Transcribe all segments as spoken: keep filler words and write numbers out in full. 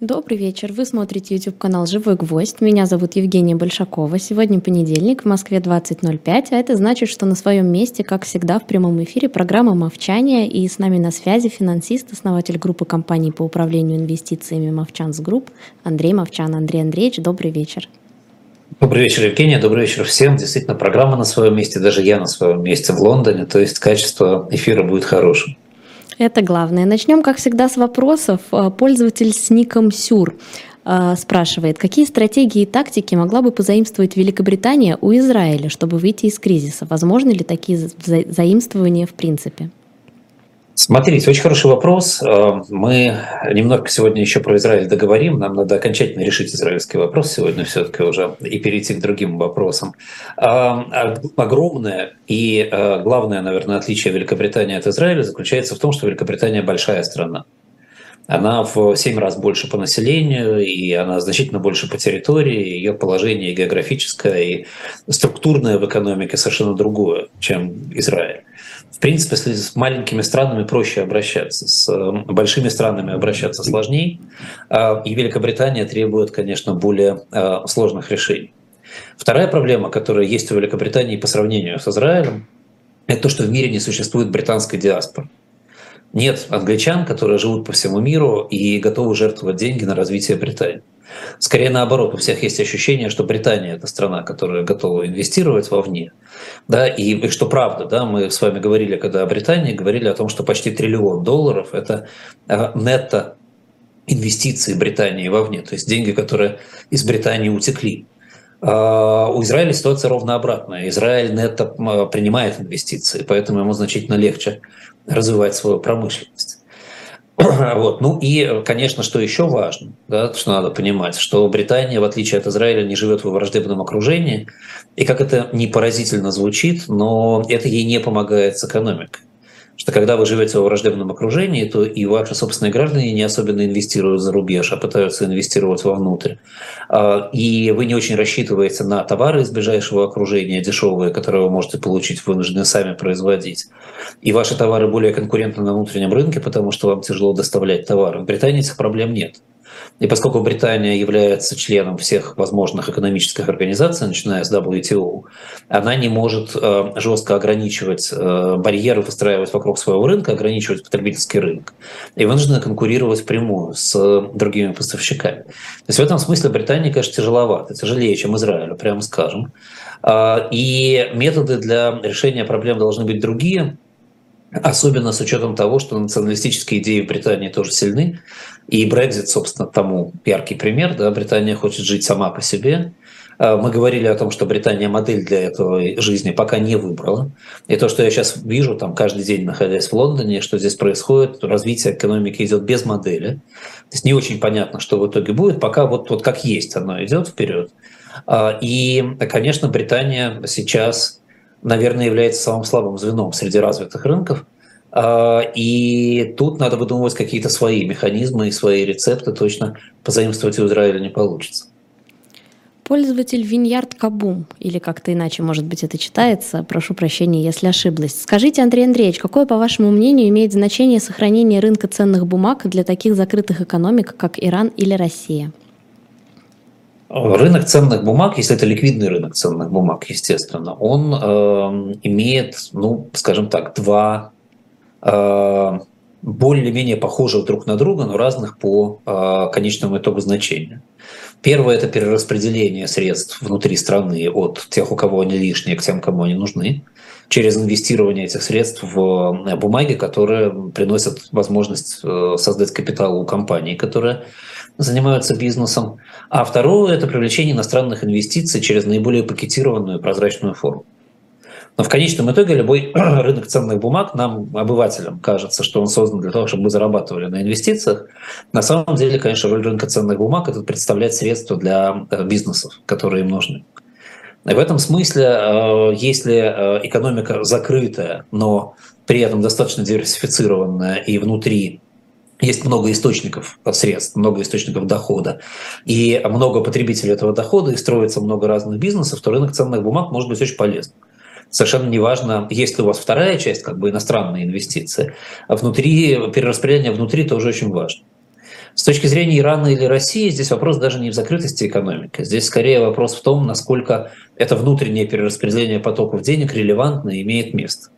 Добрый вечер. Вы смотрите YouTube-канал «Живой гвоздь». Меня зовут Евгения Большакова. Сегодня понедельник, в Москве двадцать ноль пять, а это значит, что на своем месте, как всегда, в прямом эфире программа «Мовчание». И с нами на связи финансист, основатель группы компаний по управлению инвестициями «Мовчанс Групп» Андрей Мовчан. Андрей Андреевич, добрый вечер. Добрый вечер, Евгения. Добрый вечер всем. Действительно, программа на своем месте, даже я на своем месте в Лондоне. То есть качество эфира будет хорошим. Это главное. Начнем, как всегда, с вопросов. Пользователь с ником Сюр спрашивает, какие стратегии и тактики могла бы позаимствовать Великобритания у Израиля, чтобы выйти из кризиса? Возможны ли такие за- заимствования в принципе? Смотрите, очень хороший вопрос. Мы немножко сегодня еще про Израиль договорим. Нам надо окончательно решить израильский вопрос сегодня все-таки уже и перейти к другим вопросам. Огромное и главное, наверное, отличие Великобритании от Израиля заключается в том, что Великобритания большая страна. Она в семь раз больше по населению, и она значительно больше по территории, ее положение и географическое, и структурное в экономике совершенно другое, чем Израиль. В принципе, с маленькими странами проще обращаться, с большими странами обращаться сложнее, и Великобритания требует, конечно, более сложных решений. Вторая проблема, которая есть у Великобритании по сравнению с Израилем, это то, что в мире не существует британской диаспоры. Нет англичан, которые живут по всему миру и готовы жертвовать деньги на развитие Британии. Скорее наоборот, у всех есть ощущение, что Британия – это страна, которая готова инвестировать вовне. Да, и, и что правда, да, мы с вами говорили, когда о Британии, говорили о том, что почти триллион долларов – это нетто инвестиции Британии вовне, то есть деньги, которые из Британии утекли. А у Израиля ситуация ровно обратная. Израиль нетто принимает инвестиции, поэтому ему значительно легче развивать свою промышленность. Вот. Ну и, конечно, что еще важно, да, что надо понимать, что Британия, в отличие от Израиля, не живет во враждебном окружении, и как это не поразительно звучит, но это ей не помогает с экономикой. Что когда вы живете во враждебном окружении, то и ваши собственные граждане не особенно инвестируют за рубеж, а пытаются инвестировать вовнутрь. И вы не очень рассчитываете на товары из ближайшего окружения, дешевые, которые вы можете получить, вынуждены сами производить. И ваши товары более конкурентны на внутреннем рынке, потому что вам тяжело доставлять товары. В Британии этих проблем нет. И поскольку Британия является членом всех возможных экономических организаций, начиная с дабл ю ти о, она не может э, жестко ограничивать э, барьеры, выстраивать вокруг своего рынка, ограничивать потребительский рынок. И вынуждена конкурировать впрямую с э, другими поставщиками. То есть в этом смысле Британии, конечно, тяжеловато, тяжелее, чем Израилю, прямо скажем. Э, и методы для решения проблем должны быть другие. Особенно с учетом того, что националистические идеи в Британии тоже сильны. И Брексит, собственно, тому яркий пример. Да, Британия хочет жить сама по себе. Мы говорили о том, что Британия модель для этой жизни пока не выбрала. И то, что я сейчас вижу, там, каждый день находясь в Лондоне, что здесь происходит, развитие экономики идет без модели. То есть не очень понятно, что в итоге будет, пока вот, вот как есть оно идет вперед. И, конечно, Британия сейчас, наверное, является самым слабым звеном среди развитых рынков. И тут надо выдумывать какие-то свои механизмы и свои рецепты. Точно позаимствовать у Израиля не получится. Пользователь Виньярд Кабум, или как-то иначе, может быть, это читается, прошу прощения, если ошиблась. Скажите, Андрей Андреевич, какое, по вашему мнению, имеет значение сохранение рынка ценных бумаг для таких закрытых экономик, как Иран или Россия? Рынок ценных бумаг, если это ликвидный рынок ценных бумаг, естественно, он э, имеет, ну, скажем так, два э, более-менее похожих друг на друга, но разных по э, конечному итогу значения. Первое – это перераспределение средств внутри страны от тех, у кого они лишние, к тем, кому они нужны, через инвестирование этих средств в бумаги, которые приносят возможность создать капитал у компаний, которые занимаются бизнесом. А второе – это привлечение иностранных инвестиций через наиболее пакетированную прозрачную форму. Но в конечном итоге любой рынок ценных бумаг, нам, обывателям, кажется, что он создан для того, чтобы мы зарабатывали на инвестициях. На самом деле, конечно, роль рынка ценных бумаг – это представлять средства для бизнесов, которые им нужны. И в этом смысле, если экономика закрытая, но при этом достаточно диверсифицированная и внутри есть много источников средств, много источников дохода, и много потребителей этого дохода, и строится много разных бизнесов, то рынок ценных бумаг может быть очень полезным. Совершенно неважно, есть ли у вас вторая часть, как бы иностранные инвестиции, а внутри, перераспределение внутри тоже очень важно. С точки зрения Ирана или России, здесь вопрос даже не в закрытости экономики. Здесь скорее вопрос в том, насколько это внутреннее перераспределение потоков денег релевантно и имеет место.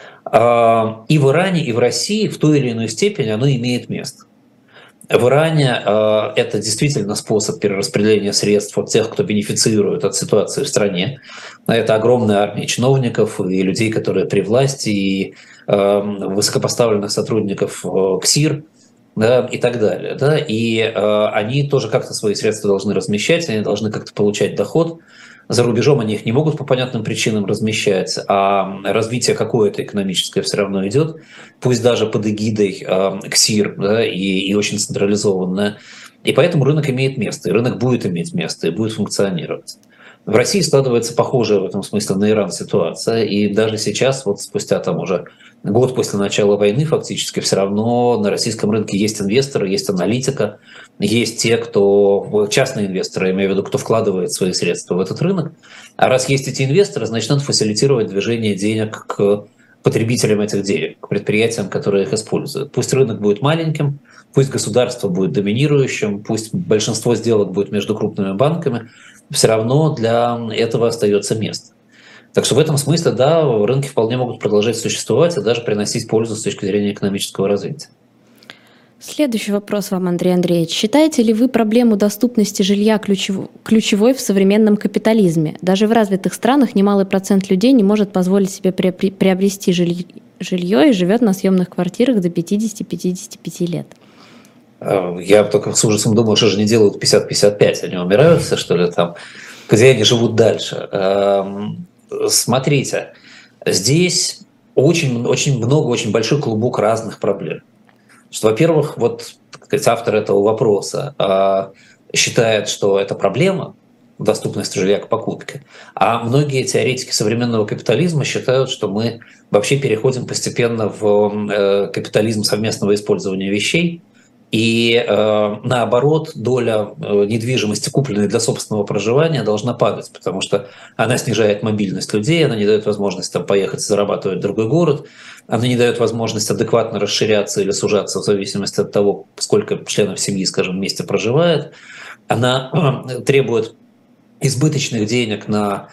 И в Иране, и в России в той или иной степени оно имеет место. В Иране э, это действительно способ перераспределения средств от тех, кто бенефицирует от ситуации в стране. Это огромная армия чиновников и людей, которые при власти, и э, высокопоставленных сотрудников э, КСИР, да, и так далее. Да? И э, они тоже как-то свои средства должны размещать, они должны как-то получать доход. За рубежом они их не могут по понятным причинам размещать, а развитие какое-то экономическое все равно идет, пусть даже под эгидой э, КСИР, да, и, и очень централизованное. И поэтому рынок имеет место, и рынок будет иметь место, и будет функционировать. В России складывается похожая в этом смысле на Иран ситуация, и даже сейчас, вот спустя там уже год после начала войны фактически, все равно на российском рынке есть инвесторы, есть аналитика, есть те, кто, частные инвесторы, я имею в виду, кто вкладывает свои средства в этот рынок. А раз есть эти инвесторы, значит, надо фасилитировать движение денег к потребителям этих денег, к предприятиям, которые их используют. Пусть рынок будет маленьким, пусть государство будет доминирующим, пусть большинство сделок будет между крупными банками, все равно для этого остается место. Так что в этом смысле, да, рынки вполне могут продолжать существовать и даже приносить пользу с точки зрения экономического развития. Следующий вопрос вам, Андрей Андреевич. Считаете ли вы проблему доступности жилья ключев... ключевой в современном капитализме? Даже в развитых странах немалый процент людей не может позволить себе приобрести жилье, жилье и живет на съемных квартирах до пятидесяти-пятидесяти пяти лет. Я только с ужасом думаю, что же не делают пятьдесят пятьдесят пять, они умирают все, что ли, там, где они живут дальше. Смотрите, здесь очень, очень много, очень большой клубок разных проблем. Что, во-первых, вот, так сказать, автор этого вопроса считает, что это проблема, доступность жилья к покупке, а многие теоретики современного капитализма считают, что мы вообще переходим постепенно в капитализм совместного использования вещей, и э, наоборот, доля э, недвижимости, купленной для собственного проживания, должна падать, потому что она снижает мобильность людей, она не дает возможности там, поехать зарабатывать в другой город, она не дает возможность адекватно расширяться или сужаться в зависимости от того, сколько членов семьи, скажем, вместе проживает. Она э, требует избыточных денег на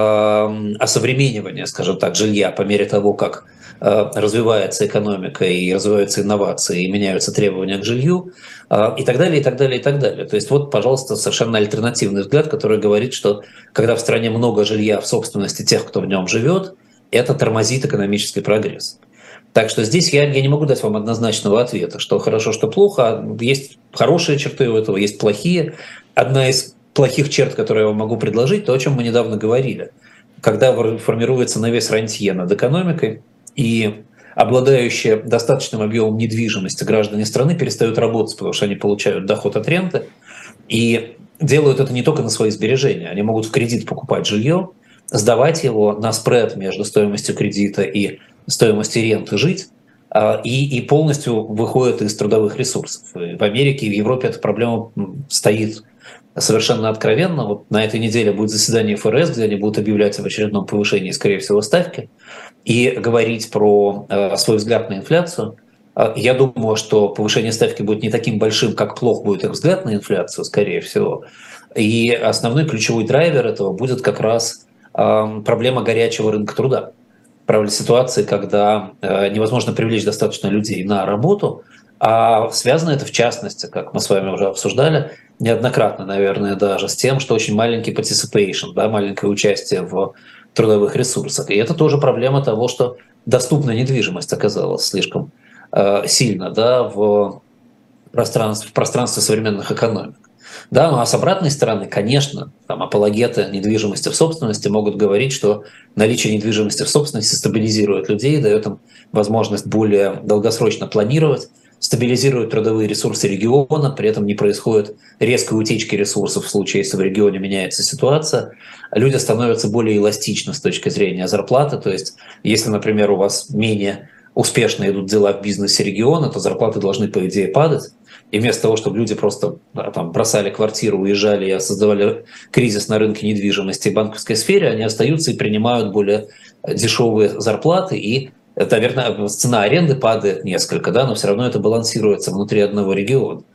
э, осовременивание, скажем так, жилья по мере того, как развивается экономика и развиваются инновации, и меняются требования к жилью, и так далее, и так далее, и так далее. То есть вот, пожалуйста, совершенно альтернативный взгляд, который говорит, что когда в стране много жилья в собственности тех, кто в нем живет, это тормозит экономический прогресс. Так что здесь я, я не могу дать вам однозначного ответа, что хорошо, что плохо. Есть хорошие черты у этого, есть плохие. Одна из плохих черт, которые я вам могу предложить, то, о чем мы недавно говорили. Когда формируется навес рантье над экономикой, и обладающие достаточным объемом недвижимости граждане страны перестают работать, потому что они получают доход от ренты, и делают это не только на свои сбережения. Они могут в кредит покупать жилье, сдавать его на спред между стоимостью кредита и стоимостью ренты жить, и, и полностью выходят из трудовых ресурсов. И в Америке и в Европе эта проблема стоит совершенно откровенно. Вот на этой неделе будет заседание эф эр эс, где они будут объявлять об очередном повышении, скорее всего, ставки, и говорить про э, свой взгляд на инфляцию. Я думаю, что повышение ставки будет не таким большим, как плох будет их взгляд на инфляцию, скорее всего. И основной ключевой драйвер этого будет как раз э, проблема горячего рынка труда. Правда, ситуации, когда э, невозможно привлечь достаточно людей на работу, а связано это, в частности, как мы с вами уже обсуждали, неоднократно, наверное, даже с тем, что очень маленький participation, да, маленькое участие в трудовых ресурсах. И это тоже проблема того, что доступная недвижимость оказалась слишком э, сильно, да, в пространстве, в пространстве современных экономик. Да, ну а с обратной стороны, конечно, там, апологеты недвижимости в собственности могут говорить, что наличие недвижимости в собственности стабилизирует людей, дает им возможность более долгосрочно планировать, стабилизирует трудовые ресурсы региона, при этом не происходит резкой утечки ресурсов в случае, если в регионе меняется ситуация. Люди становятся более эластичны с точки зрения зарплаты, то есть если, например, у вас менее успешно идут дела в бизнесе региона, то зарплаты должны, по идее, падать. И вместо того, чтобы люди просто да, там, бросали квартиру, уезжали и создавали кризис на рынке недвижимости и банковской сфере, они остаются и принимают более дешевые зарплаты, и, наверное, цена аренды падает несколько, да, но все равно это балансируется внутри одного региона.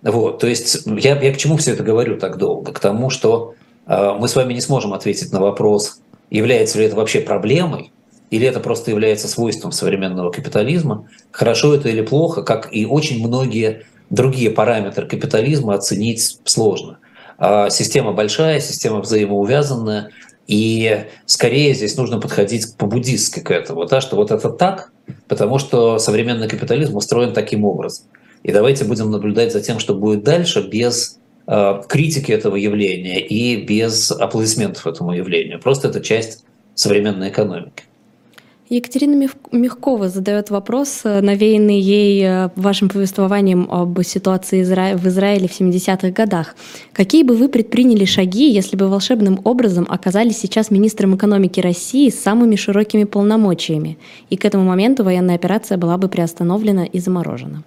Вот, то есть я, я к чему все это говорю так долго? К тому, что э, мы с вами не сможем ответить на вопрос, является ли это вообще проблемой, или это просто является свойством современного капитализма, хорошо это или плохо, как и очень многие другие параметры капитализма оценить сложно. А система большая, система взаимоувязанная, и скорее здесь нужно подходить по-буддистски к этому, да, что вот это так, потому что современный капитализм устроен таким образом. И давайте будем наблюдать за тем, что будет дальше, без э, критики этого явления и без аплодисментов этому явлению. Просто это часть современной экономики. Екатерина Мягкова задает вопрос, навеянный ей вашим повествованием об ситуации в Израиле в семидесятых годах. Какие бы вы предприняли шаги, если бы волшебным образом оказались сейчас министром экономики России с самыми широкими полномочиями, и к этому моменту военная операция была бы приостановлена и заморожена?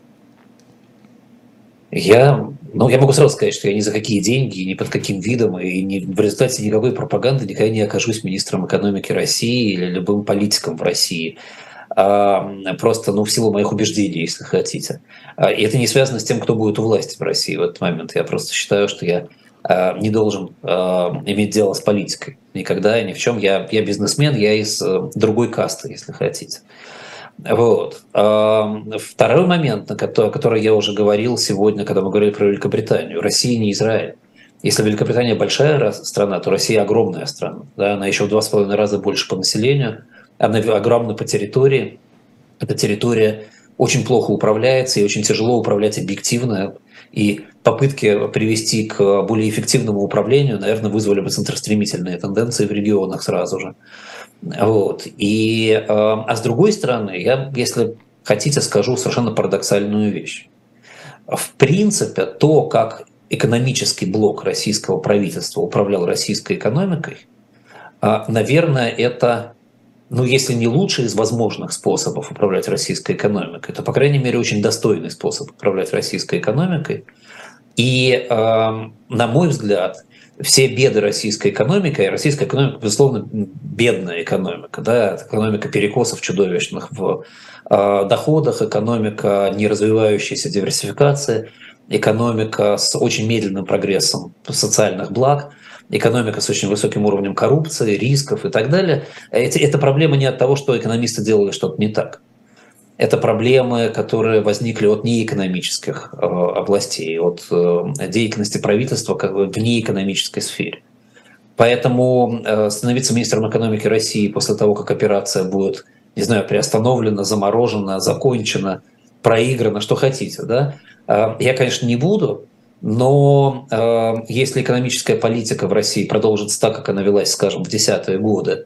Я, ну, я могу сразу сказать, что я ни за какие деньги, ни под каким видом, и ни, в результате никакой пропаганды никогда не окажусь министром экономики России или любым политиком в России. А, просто, ну, в силу моих убеждений, если хотите. А, и это не связано с тем, кто будет у власти в России в этот момент. Я просто считаю, что я а, не должен а, иметь дело с политикой. Никогда и ни в чем. Я, я бизнесмен, я из а, другой касты, если хотите. Вот. Второй момент, о котором я уже говорил сегодня, когда мы говорили про Великобританию. Россия не Израиль. Если Великобритания большая страна, то Россия огромная страна. Да? Она еще в два с половиной раза больше по населению, она огромна по территории. Эта территория очень плохо управляется и очень тяжело управлять объективно. И попытки привести к более эффективному управлению, наверное, вызвали бы центростремительные тенденции в регионах сразу же. Вот. И, а с другой стороны, я, если хотите, скажу совершенно парадоксальную вещь. В принципе, то, как экономический блок российского правительства управлял российской экономикой, наверное, это, ну, если не лучший из возможных способов управлять российской экономикой, то, по крайней мере, очень достойный способ управлять российской экономикой. И, на мой взгляд, все беды российской экономики, и российская экономика, безусловно, бедная экономика, да, экономика перекосов чудовищных в э, доходах, экономика неразвивающейся диверсификации, экономика с очень медленным прогрессом социальных благ, экономика с очень высоким уровнем коррупции, рисков и так далее. Это, это проблема не от того, что экономисты делали что-то не так. Это проблемы, которые возникли от неэкономических э, областей, от э, деятельности правительства как бы в неэкономической сфере. Поэтому э, становиться министром экономики России после того, как операция будет, не знаю, приостановлена, заморожена, закончена, проиграна, что хотите, да, э, я, конечно, не буду, но э, если экономическая политика в России продолжится так, как она велась, скажем, в десятые годы,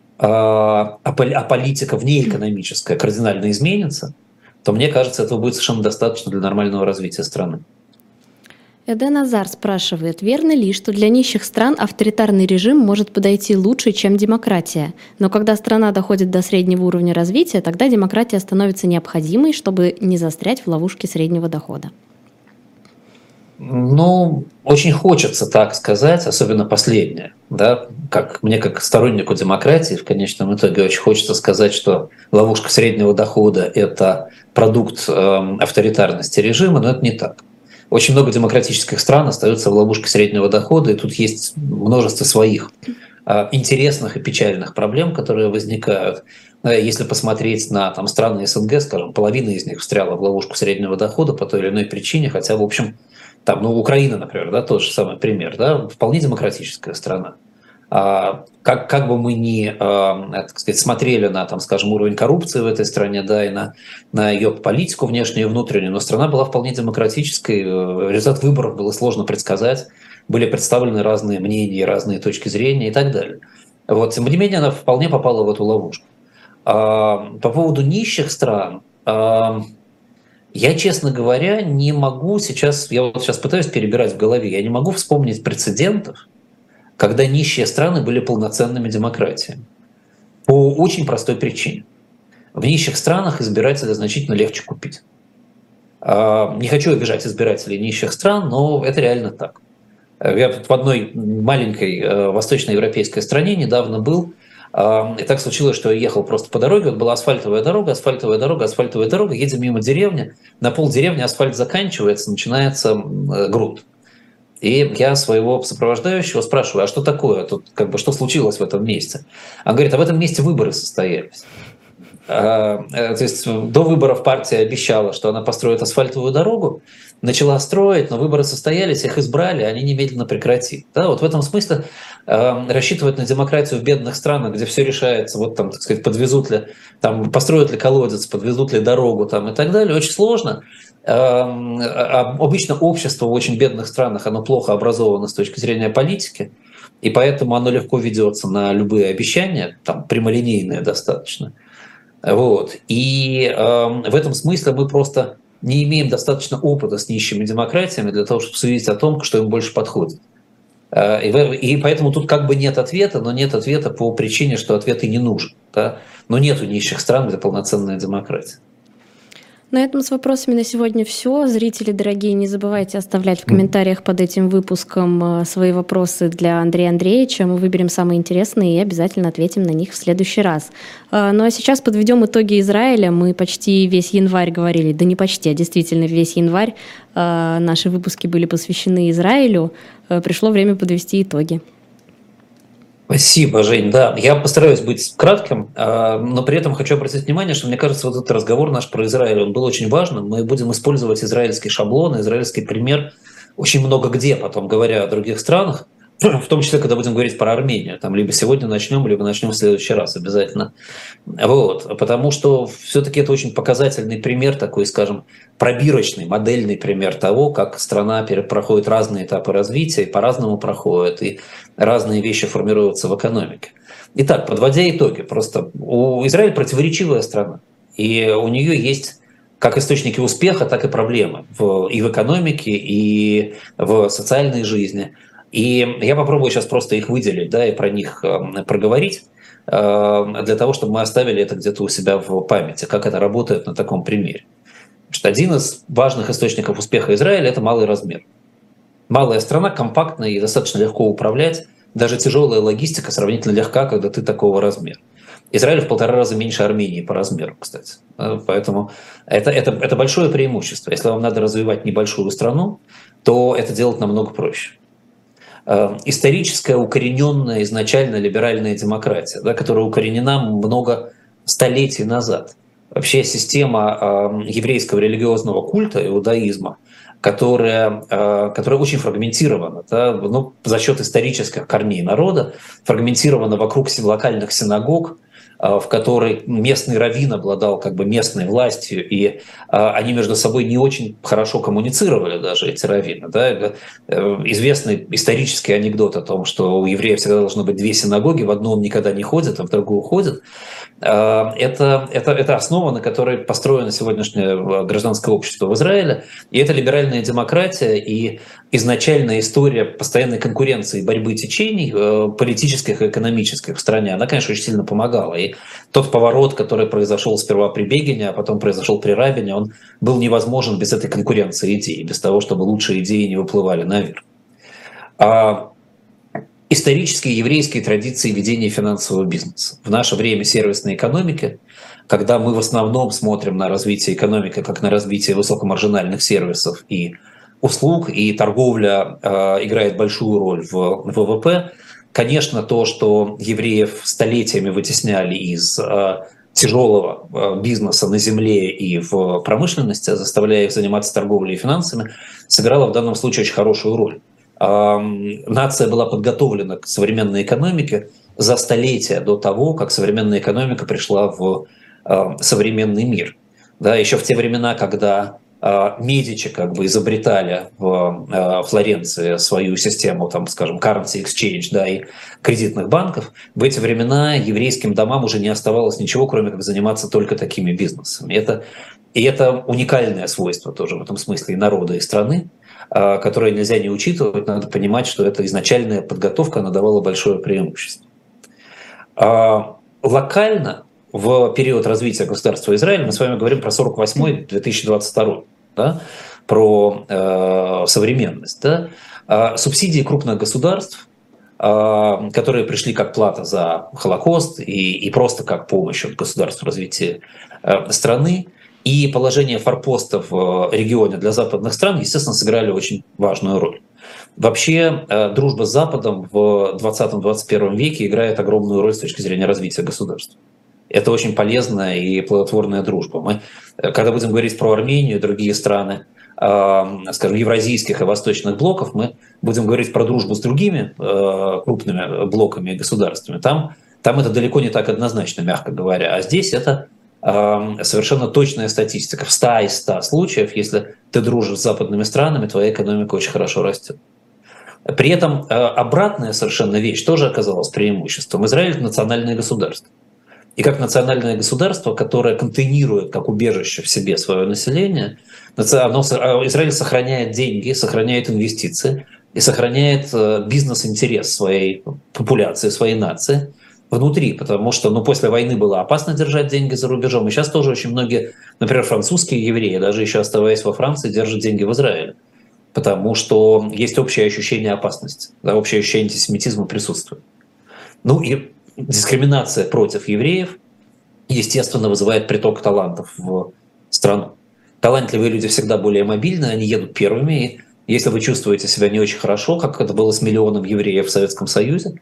а политика внеэкономическая кардинально изменится, то, мне кажется, этого будет совершенно достаточно для нормального развития страны. Эден Азар спрашивает, верно ли, что для нищих стран авторитарный режим может подойти лучше, чем демократия? Но когда страна доходит до среднего уровня развития, тогда демократия становится необходимой, чтобы не застрять в ловушке среднего дохода. Ну, очень хочется так сказать, особенно последнее. Да? Как, мне, как стороннику демократии, в конечном итоге очень хочется сказать, что ловушка среднего дохода – это продукт э, авторитарности режима, но это не так. Очень много демократических стран остаются в ловушке среднего дохода, и тут есть множество своих э, интересных и печальных проблем, которые возникают. Если посмотреть на там, страны СНГ, скажем, половина из них встряла в ловушку среднего дохода по той или иной причине, хотя, в общем, там, ну, Украина, например, да, тот же самый пример, да, вполне демократическая страна. А, как, как бы мы ни, а, так сказать, смотрели на, там, скажем, уровень коррупции в этой стране, да, и на, на ее политику внешнюю и внутреннюю, но страна была вполне демократической, результат выборов было сложно предсказать, были представлены разные мнения, разные точки зрения и так далее. Вот, тем не менее, она вполне попала в эту ловушку. А, по поводу нищих стран... А, Я, честно говоря, не могу сейчас, я вот сейчас пытаюсь перебирать в голове, я не могу вспомнить прецедентов, когда нищие страны были полноценными демократиями. По очень простой причине. В нищих странах избирателя значительно легче купить. Не хочу обижать избирателей нищих стран, но это реально так. Я в одной маленькой восточноевропейской стране недавно был, И так случилось, что я ехал просто по дороге, вот была асфальтовая дорога, асфальтовая дорога, асфальтовая дорога, едем мимо деревни, на полдеревни асфальт заканчивается, начинается грунт. И я своего сопровождающего спрашиваю, а что такое, тут как бы что случилось в этом месте? Он говорит, а в этом месте выборы состоялись. То есть до выборов партия обещала, что она построит асфальтовую дорогу, начала строить, но выборы состоялись, их избрали, они немедленно прекратили. Да, вот в этом смысле э, рассчитывать на демократию в бедных странах, где все решается, вот там, так сказать, подвезут ли, там, построят ли колодец, подвезут ли дорогу там, и так далее, очень сложно. Э, обычно общество в очень бедных странах, оно плохо образовано с точки зрения политики, и поэтому оно легко ведется на любые обещания, там, прямолинейные достаточно. Вот. И э, в этом смысле мы просто не имеем достаточно опыта с нищими демократиями для того, чтобы судить о том, что им больше подходит. Э, и, и поэтому тут как бы нет ответа, но нет ответа по причине, что ответ и не нужен. Да? Но нету нищих стран, где полноценная демократия. На этом с вопросами на сегодня все. Зрители дорогие, не забывайте оставлять в комментариях под этим выпуском свои вопросы для Андрея Андреевича. Мы выберем самые интересные и обязательно ответим на них в следующий раз. Ну а сейчас подведем итоги Израиля. Мы почти весь январь говорили, да не почти, а действительно весь январь наши выпуски были посвящены Израилю. Пришло время подвести итоги. Спасибо, Жень. Да, я постараюсь быть кратким, но при этом хочу обратить внимание, что мне кажется, вот этот разговор наш про Израиль, он был очень важным. Мы будем использовать израильский шаблон, израильский пример очень много где, потом говоря о других странах, в том числе, когда будем говорить про Армению. Там либо сегодня начнем, либо начнем в следующий раз обязательно. Вот. Потому что все-таки это очень показательный пример, такой, скажем, пробирочный, модельный пример того, как страна проходит разные этапы развития, и по-разному проходит, и разные вещи формируются в экономике. Итак, подводя итоги, просто у Израиля противоречивая страна, и у нее есть как источники успеха, так и проблемы в, и в экономике, и в социальной жизни. И я попробую сейчас просто их выделить, да, и про них э, проговорить, э, для того, чтобы мы оставили это где-то у себя в памяти, как это работает на таком примере. Что один из важных источников успеха Израиля – это малый размер. Малая страна, компактная и достаточно легко управлять. Даже тяжелая логистика сравнительно легка, когда ты такого размера. Израиль в полтора раза меньше Армении по размеру, кстати. Поэтому это, это, это большое преимущество. Если вам надо развивать небольшую страну, то это делать намного проще. Историческая, укорененная изначально либеральная демократия, да, которая укоренена много столетий назад. Вообще система еврейского религиозного культа, иудаизма, которая, которая очень фрагментирована, да, ну, за счет исторических корней народа, фрагментирована вокруг локальных синагог, в которой местный раввин обладал как бы местной властью, и они между собой не очень хорошо коммуницировали, даже эти раввины. Да? Известный исторический анекдот о том, что у евреев всегда должно быть две синагоги, в одну он никогда не ходит, а в другую ходит. Это, это, это основа, на которой построено сегодняшнее гражданское общество в Израиле, и это либеральная демократия, и изначальная история постоянной конкуренции и борьбы течений политических и экономических в стране, она, конечно, очень сильно помогала. И тот поворот, который произошел сперва при Бегине, а потом произошел при Рабине, он был невозможен без этой конкуренции идей, без того, чтобы лучшие идеи не выплывали наверх. А исторические еврейские традиции ведения финансового бизнеса. В наше время сервисной экономики, когда мы в основном смотрим на развитие экономики как на развитие высокомаржинальных сервисов и услуг, и торговля э, играет большую роль в ВВП, конечно, то, что евреев столетиями вытесняли из э, тяжелого э, бизнеса на земле и в промышленности, заставляя их заниматься торговлей и финансами, сыграло в данном случае очень хорошую роль. Э, нация была подготовлена к современной экономике за столетия до того, как современная экономика пришла в э, современный мир. Да, еще в те времена, когда Медичи как бы изобретали в Флоренции свою систему, там, скажем, currency exchange, да, и кредитных банков, в эти времена еврейским домам уже не оставалось ничего, кроме как заниматься только такими бизнесами. Это, и это уникальное свойство тоже в этом смысле и народа, и страны, которое нельзя не учитывать, надо понимать, что эта изначальная подготовка, она давала большое преимущество. Локально в период развития государства Израиль, мы с вами говорим про сорок восьмой — две тысячи двадцать второй, да, про э, современность. Да. Субсидии крупных государств, которые пришли как плата за Холокост и, и просто как помощь от государства в развитии страны, и положение форпоста в регионе для западных стран, естественно, сыграли очень важную роль. Вообще, дружба с Западом в двадцатом-двадцать первом веке играет огромную роль с точки зрения развития государства. Это очень полезная и плодотворная дружба. Мы, когда будем говорить про Армению и другие страны, скажем, евразийских и восточных блоков, мы будем говорить про дружбу с другими крупными блоками и государствами. Там, там это далеко не так однозначно, мягко говоря. А здесь это совершенно точная статистика. В ста из ста случаев, если ты дружишь с западными странами, твоя экономика очень хорошо растет. При этом обратная совершенно вещь тоже оказалась преимуществом. Израиль – это национальное государство. И как национальное государство, которое контейнирует как убежище в себе свое население, оно, Израиль сохраняет деньги, сохраняет инвестиции и сохраняет бизнес-интерес своей популяции, своей нации внутри, потому что ну, после войны было опасно держать деньги за рубежом, и сейчас тоже очень многие, например, французские евреи, даже еще оставаясь во Франции, держат деньги в Израиле, потому что есть общее ощущение опасности, да, общее ощущение антисемитизма присутствует. Ну и дискриминация против евреев, естественно, вызывает приток талантов в страну. Талантливые люди всегда более мобильны, они едут первыми. И если вы чувствуете себя не очень хорошо, как это было с миллионом евреев в Советском Союзе,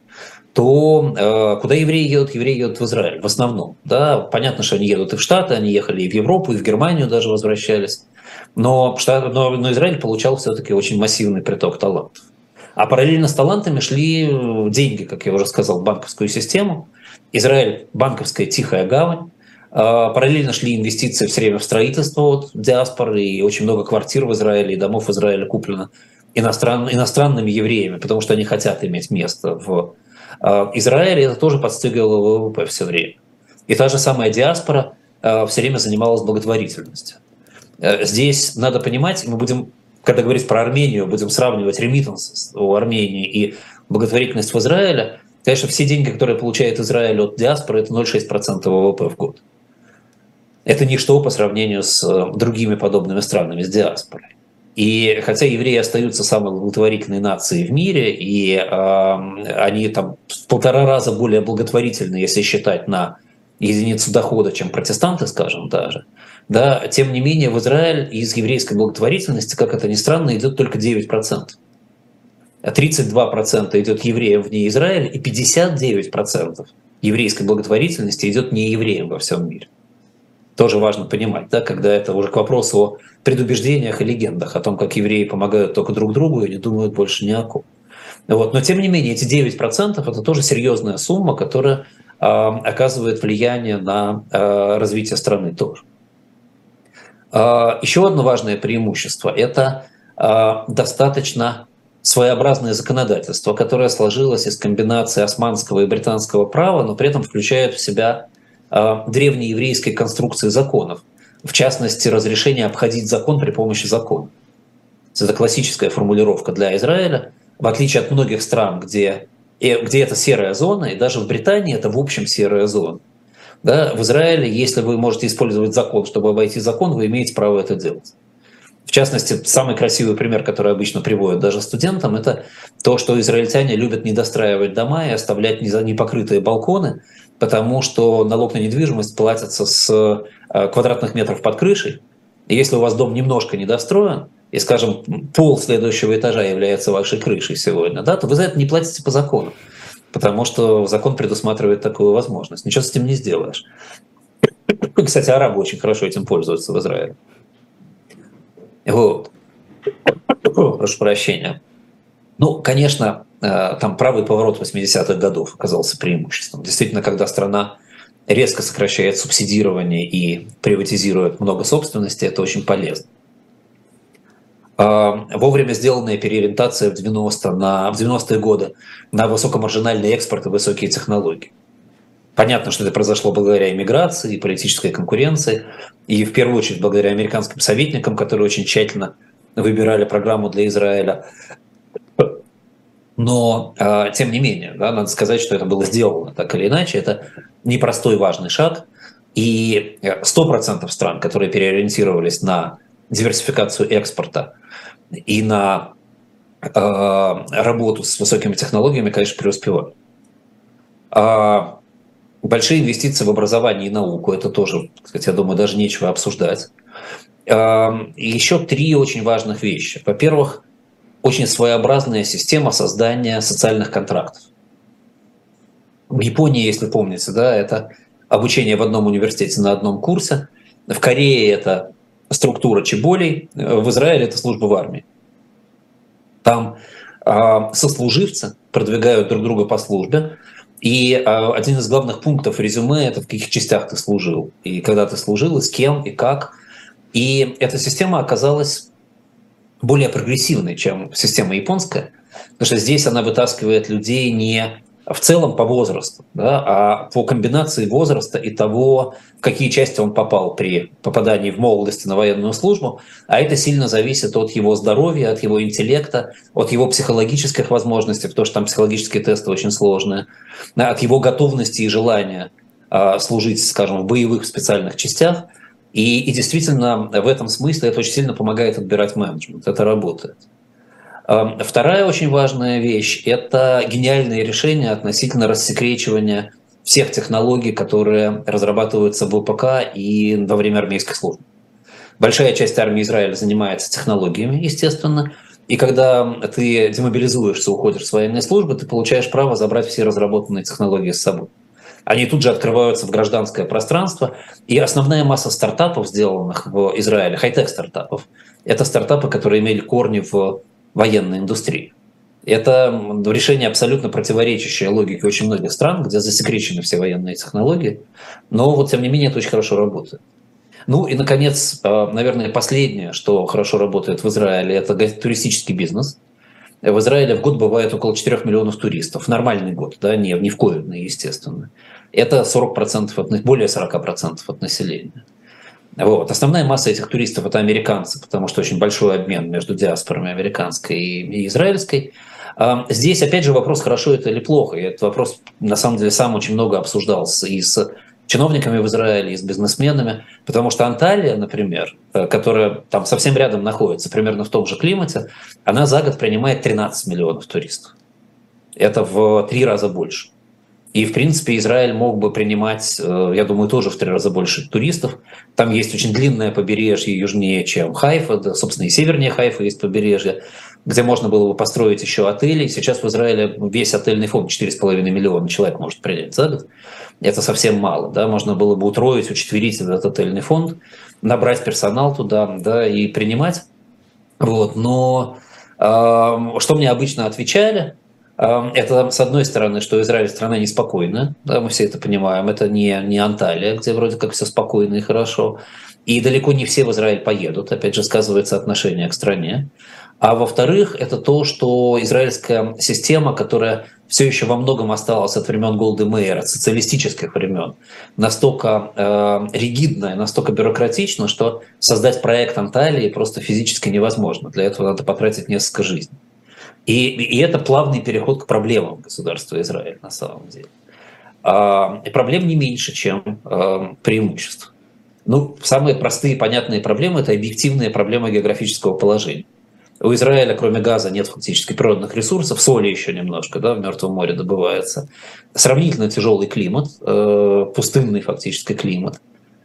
то э, куда евреи едут? Евреи едут в Израиль в основном. Да? Понятно, что они едут и в Штаты, они ехали и в Европу, и в Германию даже возвращались. Но, но, но Израиль получал все-таки очень массивный приток талантов. А параллельно с талантами шли деньги, как я уже сказал, в банковскую систему. Израиль – банковская тихая гавань. Параллельно шли инвестиции все время в строительство от диаспоры, и очень много квартир в Израиле и домов в Израиле куплено иностран, иностранными евреями, потому что они хотят иметь место в Израиле. Это тоже подстегивало ВВП все время. И та же самая диаспора все время занималась благотворительностью. Здесь надо понимать, мы будем, когда говорить про Армению, будем сравнивать ремиттанс у Армении и благотворительность в Израиле. Конечно, все деньги, которые получает Израиль от диаспоры, это ноль целых шесть десятых процента ВВП в год. Это ничто по сравнению с другими подобными странами, с диаспорой. И хотя евреи остаются самой благотворительной нацией в мире, и э, они там в полтора раза более благотворительны, если считать на единицу дохода, чем протестанты, скажем, даже, да, тем не менее в Израиль из еврейской благотворительности, как это ни странно, идет только девять процентов. А тридцать два процента идет евреям вне Израиля, и пятьдесят девять процентов еврейской благотворительности идет не евреям во всем мире. Тоже важно понимать, да, когда это уже к вопросу о предубеждениях и легендах, о том, как евреи помогают только друг другу и не думают больше ни о ком. Вот. Но тем не менее, эти девять процентов это тоже серьезная сумма, которая э, оказывает влияние на э, развитие страны тоже. Э, еще одно важное преимущество – это э, достаточно своеобразное законодательство, которое сложилось из комбинации османского и британского права, но при этом включает в себя древнееврейской конструкции законов, в частности, разрешение обходить закон при помощи закона. Это классическая формулировка для Израиля, в отличие от многих стран, где, где это серая зона, и даже в Британии это в общем серая зона. Да, в Израиле, если вы можете использовать закон, чтобы обойти закон, вы имеете право это делать. В частности, самый красивый пример, который обычно приводят даже студентам, это то, что израильтяне любят недостраивать дома и оставлять непокрытые балконы, потому что налог на недвижимость платится с квадратных метров под крышей. И если у вас дом немножко недостроен, и, скажем, пол следующего этажа является вашей крышей сегодня, да, то вы за это не платите по закону, потому что закон предусматривает такую возможность. Ничего с этим не сделаешь. Кстати, арабы очень хорошо этим пользуются в Израиле. Вот. Прошу прощения. Ну, конечно, там правый поворот восьмидесятых годов оказался преимуществом. Действительно, когда страна резко сокращает субсидирование и приватизирует много собственности, это очень полезно. Вовремя сделанная переориентация в девяностые, на, в девяностые годы на высокомаржинальный экспорт и высокие технологии. Понятно, что это произошло благодаря иммиграции и политической конкуренции, и в первую очередь благодаря американским советникам, которые очень тщательно выбирали программу для Израиля. Но, тем не менее, да, надо сказать, что это было сделано так или иначе. Это непростой важный шаг. И сто процентов стран, которые переориентировались на диверсификацию экспорта и на работу с высокими технологиями, конечно, преуспевают. Большие инвестиции в образование и науку, это тоже, кстати, я думаю, даже нечего обсуждать. И еще три очень важных вещи. Во-первых, очень своеобразная система создания социальных контрактов. В Японии, если помните, да, это обучение в одном университете на одном курсе. В Корее это структура чеболей, в Израиле это служба в армии. Там сослуживцы продвигают друг друга по службе. И один из главных пунктов резюме – это в каких частях ты служил, и когда ты служил, и с кем, и как. И эта система оказалась более прогрессивной, чем система японская, потому что здесь она вытаскивает людей не в целом по возрасту, да, а по комбинации возраста и того, в какие части он попал при попадании в молодости на военную службу, а это сильно зависит от его здоровья, от его интеллекта, от его психологических возможностей, потому что там психологические тесты очень сложные, от его готовности и желания а, служить, скажем, в боевых специальных частях. И, и действительно, в этом смысле это очень сильно помогает отбирать менеджмент, это работает. Вторая очень важная вещь – это гениальные решения относительно рассекречивания всех технологий, которые разрабатываются в ВПК и во время армейской службы. Большая часть армии Израиля занимается технологиями, естественно, и когда ты демобилизуешься, уходишь с военной службы, ты получаешь право забрать все разработанные технологии с собой. Они тут же открываются в гражданское пространство, и основная масса стартапов, сделанных в Израиле, хай-тек стартапов, это стартапы, которые имели корни в военной индустрии. Это решение абсолютно противоречащее логике очень многих стран, где засекречены все военные технологии, но вот тем не менее это очень хорошо работает. Ну и, наконец, наверное, последнее, что хорошо работает в Израиле, это туристический бизнес. В Израиле в год бывает около четырёх миллионов туристов. Нормальный год, да, не, не в ковидный, естественно. Это сорок процентов от, более сорок процентов от населения. Вот. Основная масса этих туристов – это американцы, потому что очень большой обмен между диаспорами американской и израильской. Здесь, опять же, вопрос, хорошо это или плохо. И этот вопрос, на самом деле, сам очень много обсуждался и с чиновниками в Израиле, и с бизнесменами, потому что Анталия, например, которая там совсем рядом находится, примерно в том же климате, она за год принимает тринадцать миллионов туристов. Это в три раза больше. И, в принципе, Израиль мог бы принимать, я думаю, тоже в три раза больше туристов. Там есть очень длинное побережье южнее, чем Хайфа, да, собственно, и севернее Хайфа есть побережье, где можно было бы построить еще отели. Сейчас в Израиле весь отельный фонд четыре с половиной миллиона человек может принять за год. Это совсем мало. Да? Можно было бы утроить, учетверить этот отельный фонд, набрать персонал туда, да, и принимать. Вот. Но э, что мне обычно отвечали, это, с одной стороны, что Израиль страна неспокойная, да, мы все это понимаем, это не, не Анталия, где вроде как все спокойно и хорошо, и далеко не все в Израиль поедут, опять же, сказывается отношение к стране. А во-вторых, это то, что израильская система, которая все еще во многом осталась от времен Голды Меира, от социалистических времен, настолько э, ригидная, настолько бюрократична, что создать проект Анталии просто физически невозможно. Для этого надо потратить несколько жизней. И, и это плавный переход к проблемам государства Израиль на самом деле. А, и проблем не меньше, чем а, преимуществ. Ну, самые простые и понятные проблемы – это объективные проблемы географического положения. У Израиля, кроме газа, нет фактически природных ресурсов, соли еще немножко, да, в Мертвом море добывается. Сравнительно тяжелый климат, э, пустынный фактически климат.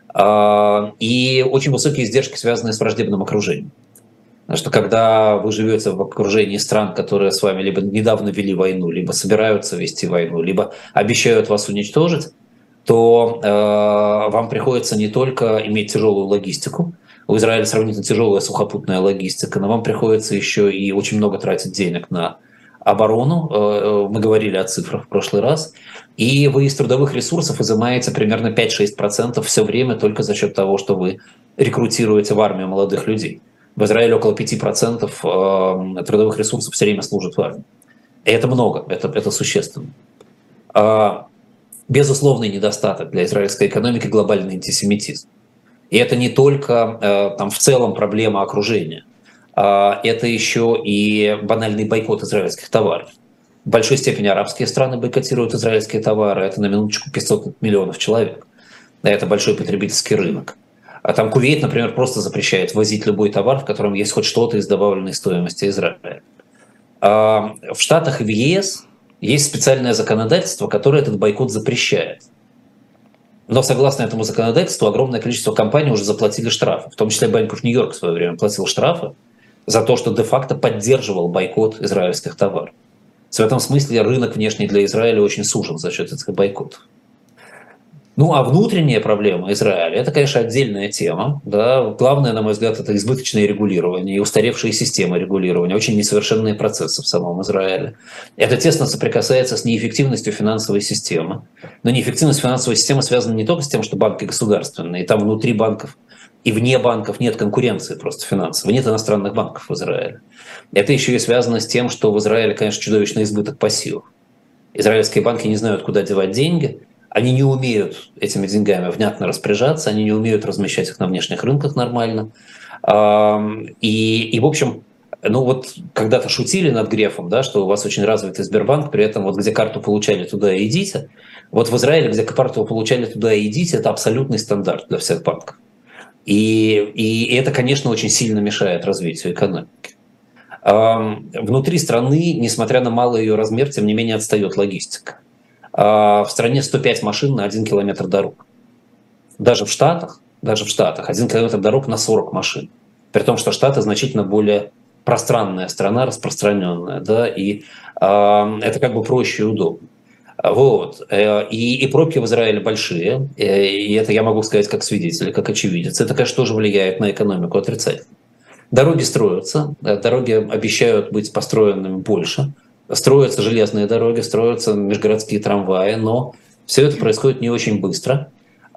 Э, и очень высокие издержки, связанные с враждебным окружением. Потому что когда вы живете в окружении стран, которые с вами либо недавно вели войну, либо собираются вести войну, либо обещают вас уничтожить, то э, вам приходится не только иметь тяжелую логистику, у Израиля сравнительно тяжелая сухопутная логистика, но вам приходится еще и очень много тратить денег на оборону. Э, мы говорили о цифрах в прошлый раз. И вы из трудовых ресурсов изымаете примерно пять-шесть процентов все время только за счет того, что вы рекрутируете в армию молодых людей. В Израиле около пяти процентов трудовых ресурсов все время служат в армии. И это много, это, это существенно. Безусловный недостаток для израильской экономики – глобальный антисемитизм. И это не только там, в целом проблема окружения, это еще и банальный бойкот израильских товаров. В большой степени арабские страны бойкотируют израильские товары, это на минуточку пятьсот миллионов человек. Это большой потребительский рынок. А там Кувейт, например, просто запрещает возить любой товар, в котором есть хоть что-то из добавленной стоимости Израиля. В Штатах и в ЕС есть специальное законодательство, которое этот бойкот запрещает. Но согласно этому законодательству огромное количество компаний уже заплатили штрафы. В том числе Bank of New York в свое время платил штрафы за то, что де-факто поддерживал бойкот израильских товаров. В этом смысле рынок внешний для Израиля очень сужен за счет этих бойкотов. Ну, а внутренняя проблема Израиля – это, конечно, отдельная тема. Да. Главное, на мой взгляд, это избыточное регулирование и устаревшие системы регулирования, очень несовершенные процессы в самом Израиле. Это тесно соприкасается с неэффективностью финансовой системы. Но неэффективность финансовой системы связана не только с тем, что банки государственные, и там внутри банков и вне банков нет конкуренции просто финансовой, нет иностранных банков в Израиле. Это еще и связано с тем, что в Израиле, конечно, чудовищный избыток пассивов. Израильские банки не знают, куда девать деньги. Они не умеют этими деньгами внятно распоряжаться, они не умеют размещать их на внешних рынках нормально. И, и в общем, ну вот когда-то шутили над Грефом, да, что у вас очень развитый Сбербанк, при этом вот где карту получали, туда и идите. Вот в Израиле, где карту получали, туда и идите, это абсолютный стандарт для всех банков. И, и это, конечно, очень сильно мешает развитию экономики. Внутри страны, несмотря на малый ее размер, тем не менее отстает логистика. В стране сто пять машин на один километр дорог. Даже в Штатах, даже в Штатах один километр дорог на сорок машин. При том, что Штаты значительно более пространная страна, распространенная, да, и э, это как бы проще и удобно. Вот. И, и пробки в Израиле большие, и это я могу сказать как свидетель, как очевидец. Это, конечно, тоже влияет на экономику отрицательно. Дороги строятся, дороги обещают быть построенными больше. Строятся железные дороги, строятся межгородские трамваи, но все это происходит не очень быстро,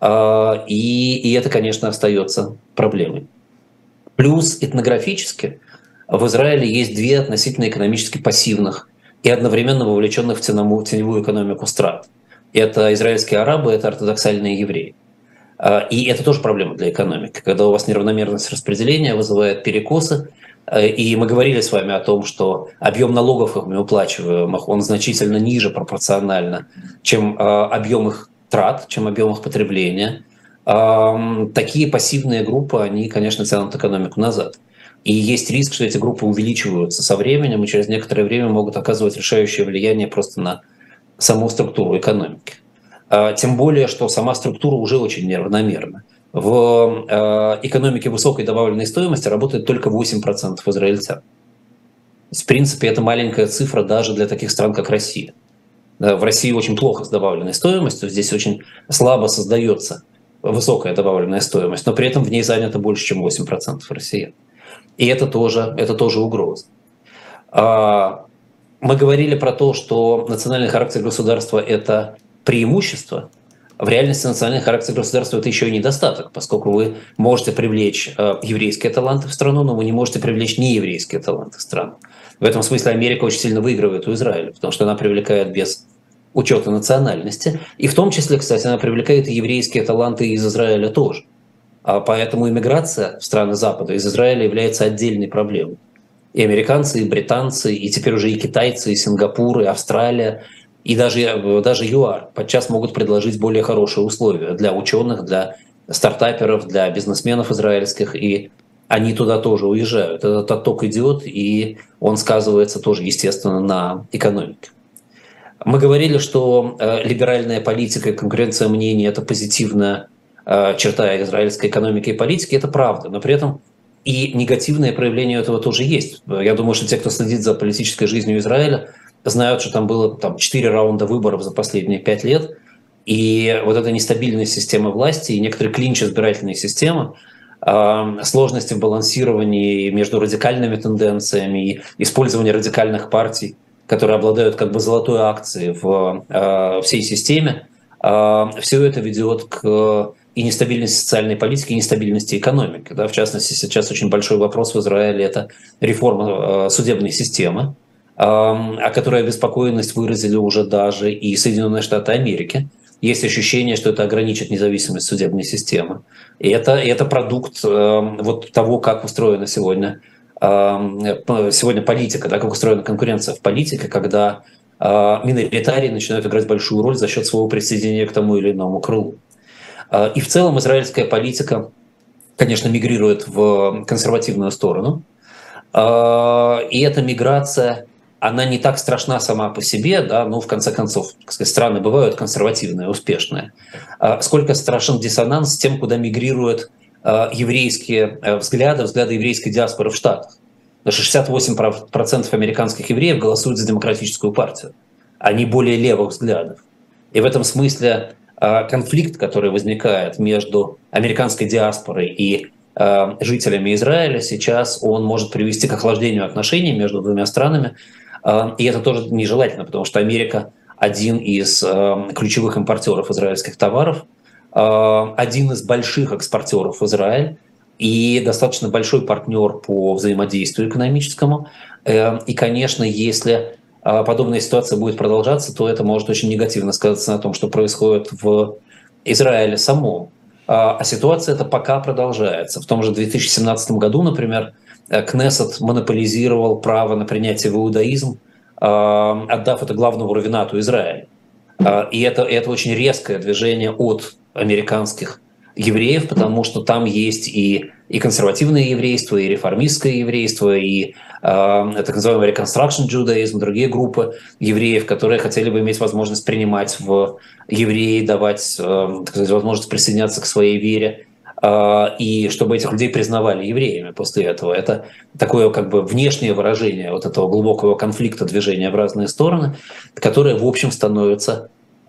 и, и это, конечно, остается проблемой. Плюс этнографически в Израиле есть две относительно экономически пассивных и одновременно вовлеченных в теневую, теневую экономику стран. Это израильские арабы, это ортодоксальные евреи. И это тоже проблема для экономики, когда у вас неравномерность распределения вызывает перекосы. И мы говорили с вами о том, что объем налогов, мы уплачиваемых, он значительно ниже пропорционально, чем объем их трат, чем объем их потребления. Такие пассивные группы, они, конечно, тянут экономику назад. И есть риск, что эти группы увеличиваются со временем и через некоторое время могут оказывать решающее влияние просто на саму структуру экономики. Тем более, что сама структура уже очень неравномерна. В экономике высокой добавленной стоимости работает только восемь процентов израильтян. В принципе, это маленькая цифра даже для таких стран, как Россия. В России очень плохо с добавленной стоимостью, здесь очень слабо создается высокая добавленная стоимость, но при этом в ней занято больше, чем восемь процентов россиян. И это тоже, это тоже угроза. Мы говорили про то, что национальный характер государства – это преимущество. В реальности национальный характер государства – это еще и недостаток, поскольку вы можете привлечь еврейские таланты в страну, но вы не можете привлечь нееврейские таланты в страну. В этом смысле Америка очень сильно выигрывает у Израиля, потому что она привлекает без учета национальности. И в том числе, кстати, она привлекает и еврейские таланты из Израиля тоже. А поэтому иммиграция в страны Запада из Израиля является отдельной проблемой. И американцы, и британцы, и теперь уже и китайцы, и Сингапур, и Австралия, и даже, даже ЮАР подчас могут предложить более хорошие условия для ученых, для стартаперов, для бизнесменов израильских, и они туда тоже уезжают. Этот отток идет, и он сказывается тоже, естественно, на экономике. Мы говорили, что э, либеральная политика и конкуренция мнений – это позитивная э, черта израильской экономики и политики, это правда, но при этом и негативное проявление этого тоже есть. Я думаю, что те, кто следит за политической жизнью Израиля, знают, что там было там, четыре раунда выборов за последние пять лет, и вот эта нестабильность системы власти и некоторые клинч избирательной системы, э, сложности в балансировании между радикальными тенденциями и использованием радикальных партий, которые обладают как бы золотой акцией в э, всей системе, э, все это ведет к и нестабильности социальной политики, и нестабильности экономики. Да? В частности, сейчас очень большой вопрос в Израиле – это реформа э, судебной системы, э, о которой обеспокоенность выразили уже даже и Соединенные Штаты Америки. Есть ощущение, что это ограничит независимость судебной системы. И это, и это продукт э, вот того, как устроена сегодня сегодня политика, да, как устроена конкуренция в политике, когда э, миноритарии начинают играть большую роль за счет своего присоединения к тому или иному крылу. Э, и в целом израильская политика, конечно, мигрирует в консервативную сторону. Э, и эта миграция она не так страшна сама по себе, да, ну, в конце концов, так сказать, страны бывают консервативные, успешные, сколько страшен диссонанс с тем, куда мигрируют еврейские взгляды, взгляды еврейской диаспоры в Штатах. Потому что шестьдесят восемь процентов американских евреев голосуют за Демократическую партию, они более левых взглядов. И в этом смысле конфликт, который возникает между американской диаспорой и жителями Израиля сейчас, он может привести к охлаждению отношений между двумя странами. И это тоже нежелательно, потому что Америка один из ключевых импортеров израильских товаров, один из больших экспортеров в Израиль и достаточно большой партнер по взаимодействию экономическому. И, конечно, если подобная ситуация будет продолжаться, то это может очень негативно сказаться на том, что происходит в Израиле самом. А ситуация эта пока продолжается. В том же две тысячи семнадцатом году, например, Кнессет монополизировал право на принятие в иудаизм, отдав это главному раввинату Израиля. И это, это очень резкое движение от американских евреев, потому что там есть и, и консервативное еврейство, и реформистское еврейство, и э, так называемый Reconstruction Judaism, другие группы евреев, которые хотели бы иметь возможность принимать в евреи, давать э, так сказать, возможность присоединяться к своей вере, э, и чтобы этих людей признавали евреями после этого. Это такое как бы внешнее выражение вот этого глубокого конфликта, движения в разные стороны, которое, в общем, становится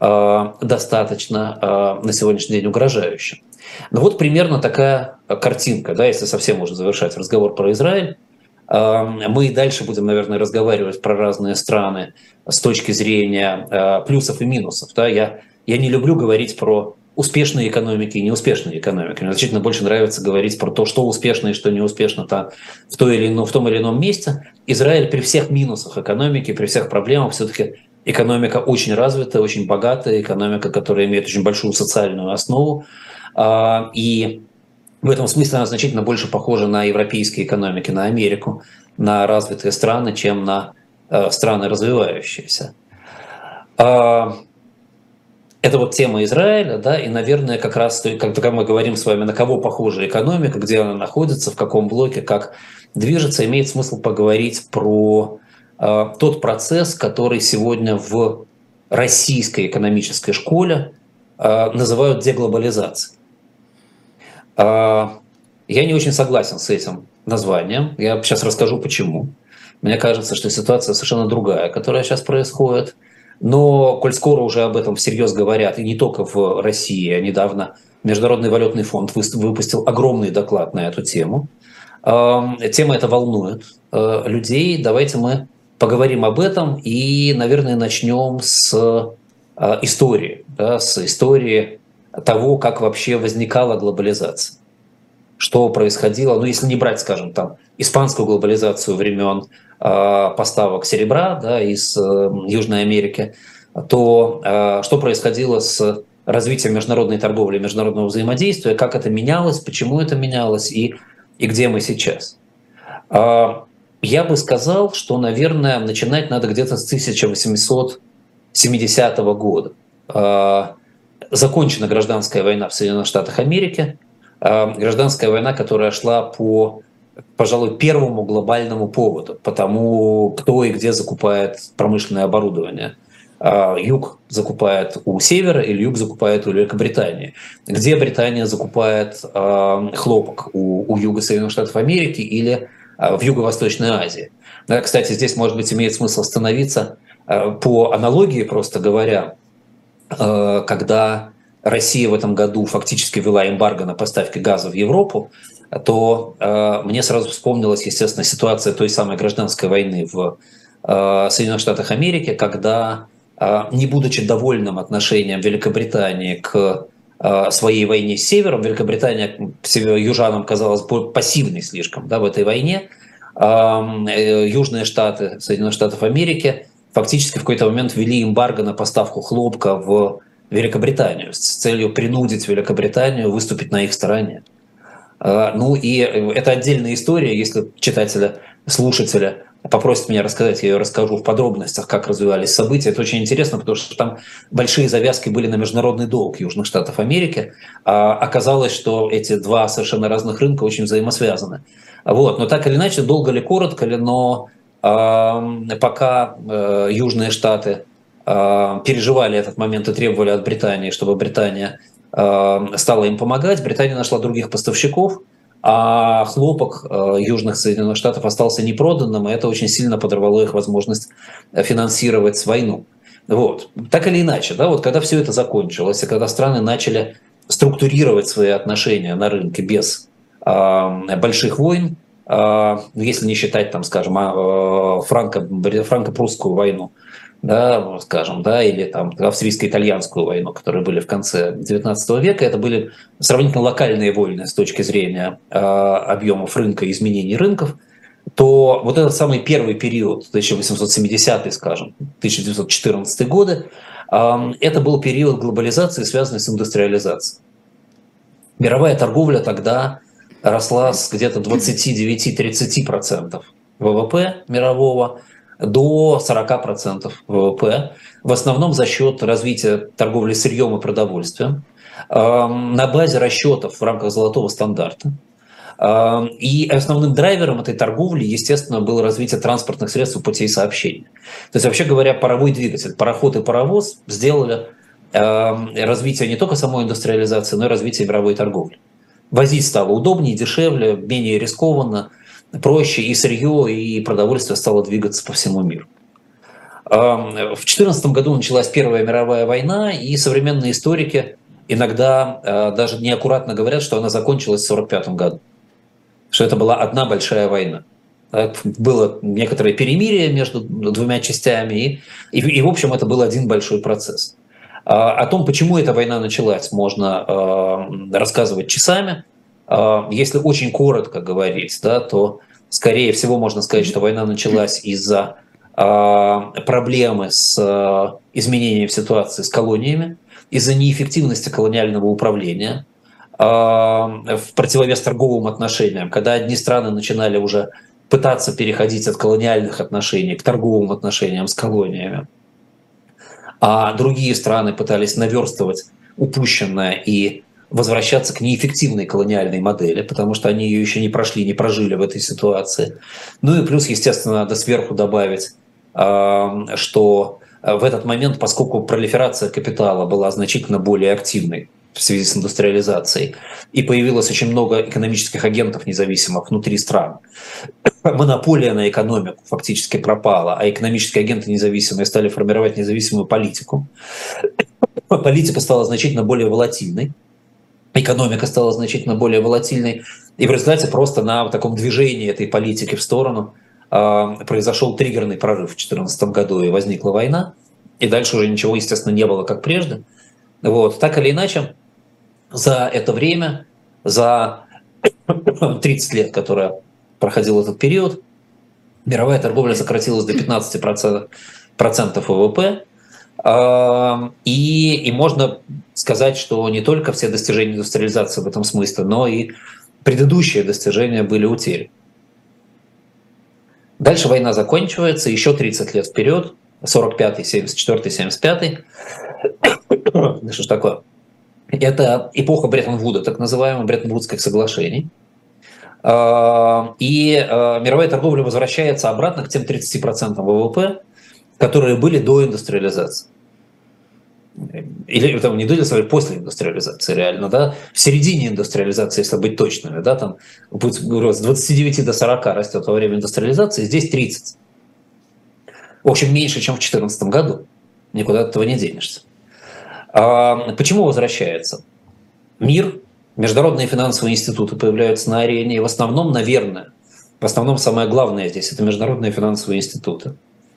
достаточно на сегодняшний день угрожающим. Ну вот примерно такая картинка, да, если совсем уже завершать разговор про Израиль. Мы и дальше будем, наверное, разговаривать про разные страны с точки зрения плюсов и минусов. Да. Я, я не люблю говорить про успешные экономики и неуспешные экономики. Мне значительно больше нравится говорить про то, что успешно и что не успешно там, в, той или ином, в том или ином месте. Израиль при всех минусах экономики, при всех проблемах все-таки экономика очень развитая, очень богатая, экономика, которая имеет очень большую социальную основу. И в этом смысле она значительно больше похожа на европейские экономики, на Америку, на развитые страны, чем на страны развивающиеся. Это вот тема Израиля, да, и, наверное, как раз, когда мы говорим с вами, на кого похожа экономика, где она находится, в каком блоке, как движется, имеет смысл поговорить про тот процесс, который сегодня в российской экономической школе называют деглобализацией. Я не очень согласен с этим названием. Я сейчас расскажу, почему. Мне кажется, что ситуация совершенно другая, которая сейчас происходит. Но, коль скоро уже об этом всерьез говорят, и не только в России, а недавно Международный валютный фонд выпустил огромный доклад на эту тему. Тема эта волнует людей. Давайте мы поговорим об этом и, наверное, начнем с э, истории, да, с истории того, как вообще возникала глобализация, что происходило, ну, если не брать, скажем, там, испанскую глобализацию времен э, поставок серебра, да, из э, Южной Америки, то э, что происходило с развитием международной торговли, международного взаимодействия, как это менялось, почему это менялось и, и где мы сейчас. Я бы сказал, что, наверное, начинать надо где-то с тысяча восемьсот семидесятого года. Закончена гражданская война в Соединенных Штатах Америки. Гражданская война, которая шла по, пожалуй, первому глобальному поводу, по тому, кто и где закупает промышленное оборудование. Юг закупает у Севера или Юг закупает у Великобритании. Где Британия закупает хлопок? У, у Юга Соединенных Штатов Америки или в Юго-Восточной Азии. Да, кстати, здесь, может быть, имеет смысл остановиться по аналогии, просто говоря, когда Россия в этом году фактически ввела эмбарго на поставки газа в Европу, то мне сразу вспомнилась, естественно, ситуация той самой гражданской войны в Соединенных Штатах Америки, когда, не будучи довольным отношением Великобритании к своей войне с Севером, Великобритания южанам казалась пассивной слишком, да, в этой войне. Южные штаты Соединенных Штатов Америки фактически в какой-то момент ввели эмбарго на поставку хлопка в Великобританию с целью принудить Великобританию выступить на их стороне. Ну и это отдельная история, если читатели, слушатели попросят меня рассказать, я ее расскажу в подробностях, как развивались события. Это очень интересно, потому что там большие завязки были на международный долг Южных Штатов Америки. А оказалось, что эти два совершенно разных рынка очень взаимосвязаны. Вот. Но так или иначе, долго ли, коротко ли, но пока Южные Штаты переживали этот момент и требовали от Британии, чтобы Британия стала им помогать, Британия нашла других поставщиков, а хлопок Южных Соединенных Штатов остался непроданным, и это очень сильно подорвало их возможность финансировать войну. Вот. Так или иначе, да, вот когда все это закончилось, и когда страны начали структурировать свои отношения на рынке без э, больших войн, э, если не считать, там, скажем, э, франко, франко-прусскую войну, да, скажем, да, или там австрийско-итальянскую войну, которые были в конце девятнадцатого века, это были сравнительно локальные войны с точки зрения э, объемов рынка и изменений рынков, то вот этот самый первый период, тысяча восемьсот семидесятые, скажем, тысяча девятьсот четырнадцатые годы, это был период глобализации, связанный с индустриализацией. Мировая торговля тогда росла с где-то двадцати девяти - тридцати процентов ВВП мирового до сорока процентов ВВП, в основном за счет развития торговли сырьем и продовольствием, на базе расчетов в рамках золотого стандарта. И основным драйвером этой торговли, естественно, было развитие транспортных средств и путей сообщения. То есть, вообще говоря, паровой двигатель, пароход и паровоз сделали развитие не только самой индустриализации, но и развитие мировой торговли. Возить стало удобнее, дешевле, менее рискованно, проще, и сырье, и продовольствие стало двигаться по всему миру. В две тысячи четырнадцатом году началась Первая мировая война, и современные историки иногда даже неаккуратно говорят, что она закончилась в сорок пятом году. Что это была одна большая война. Было некоторое перемирие между двумя частями, и, и, и в общем, это был один большой процесс. О том, почему эта война началась, можно э, рассказывать часами. Э, если очень коротко говорить, да, то, скорее всего, можно сказать, что война началась из-за э, проблемы с э, изменением ситуации с колониями, из-за неэффективности колониального управления, в противовес торговым отношениям, когда одни страны начинали уже пытаться переходить от колониальных отношений к торговым отношениям с колониями, а другие страны пытались наверстывать упущенное и возвращаться к неэффективной колониальной модели, потому что они ее еще не прошли, не прожили в этой ситуации. Ну и плюс, естественно, надо сверху добавить, что в этот момент, поскольку пролиферация капитала была значительно более активной в связи с индустриализацией, и появилось очень много экономических агентов независимых внутри стран, монополия на экономику фактически пропала, а экономические агенты независимые стали формировать независимую политику. Политика стала значительно более волатильной, экономика стала значительно более волатильной, и в результате просто на таком движении этой политики в сторону э, произошел триггерный прорыв в две тысячи четырнадцатом году, и возникла война, и дальше уже ничего, естественно, не было как прежде. Вот. Так или иначе, за это время, за тридцать лет, которое проходил этот период, мировая торговля сократилась до пятнадцати процентов ВВП. И, и можно сказать, что не только все достижения индустриализации в этом смысле, но и предыдущие достижения были утеряны. Дальше война заканчивается, еще тридцать лет вперед, сорок пятый, семьдесят четвёртый, семьдесят пятый. Да что ж такое? Это эпоха Бреттон-Вуда, так называемых Бреттон-Вудских соглашений. И мировая торговля возвращается обратно к тем тридцати процентам ВВП, которые были до индустриализации. Или там, не до индустриализации, после индустриализации реально, да, в середине индустриализации, если быть точными, да, там с двадцати девяти до сорока растет во время индустриализации, здесь тридцать. В общем, меньше, чем в две тысячи четырнадцатом году. Никуда от этого не денешься. А почему возвращается? Мир, международные финансовые институты появляются на арене, и в основном, наверное, в основном самое главное здесь – это международные финансовые институты.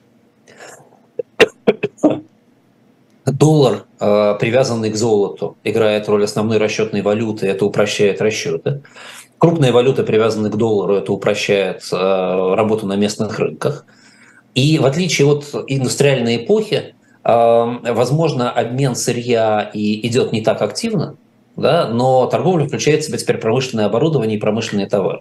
Доллар, привязанный к золоту, играет роль основной расчетной валюты, это упрощает расчеты. Крупные валюты, привязанные к доллару, это упрощает работу на местных рынках. И в отличие от индустриальной эпохи, возможно, обмен сырья и идет не так активно, да, но торговля включает в себя теперь промышленное оборудование и промышленные товары.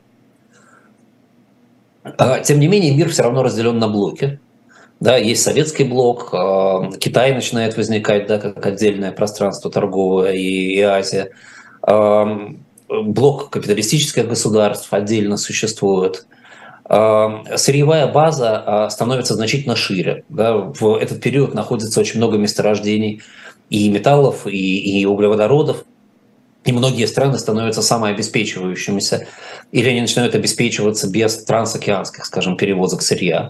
Тем не менее, мир все равно разделен на блоки. Да, есть советский блок, Китай начинает возникать, да, как отдельное пространство торговое, и, и Азия. Блок капиталистических государств отдельно существует. Сырьевая база становится значительно шире. Да? В этот период находится очень много месторождений и металлов, и, и углеводородов. И многие страны становятся самообеспечивающимися, или они начинают обеспечиваться без трансокеанских, скажем, перевозок сырья.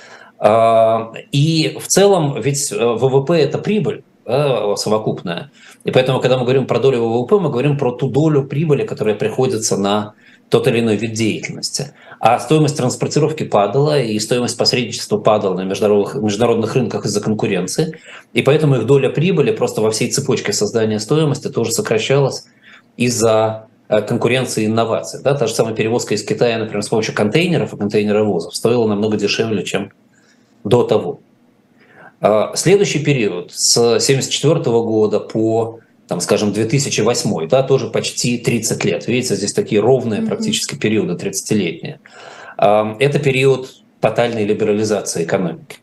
И в целом ведь ВВП – это прибыль, да, совокупная. И поэтому, когда мы говорим про долю ВВП, мы говорим про ту долю прибыли, которая приходится на тот или иной вид деятельности. А стоимость транспортировки падала, и стоимость посредничества падала на международных, международных рынках из-за конкуренции. И поэтому их доля прибыли просто во всей цепочке создания стоимости тоже сокращалась из-за конкуренции и инноваций. Да, та же самая перевозка из Китая, например, с помощью контейнеров и контейнеровозов стоила намного дешевле, чем до того. Следующий период с тысяча девятьсот семьдесят четвёртого года по, там, скажем, две тысячи восьмой, да, тоже почти тридцать лет. Видите, здесь такие ровные mm-hmm. практически периоды, тридцатилетние. Это период тотальной либерализации экономики.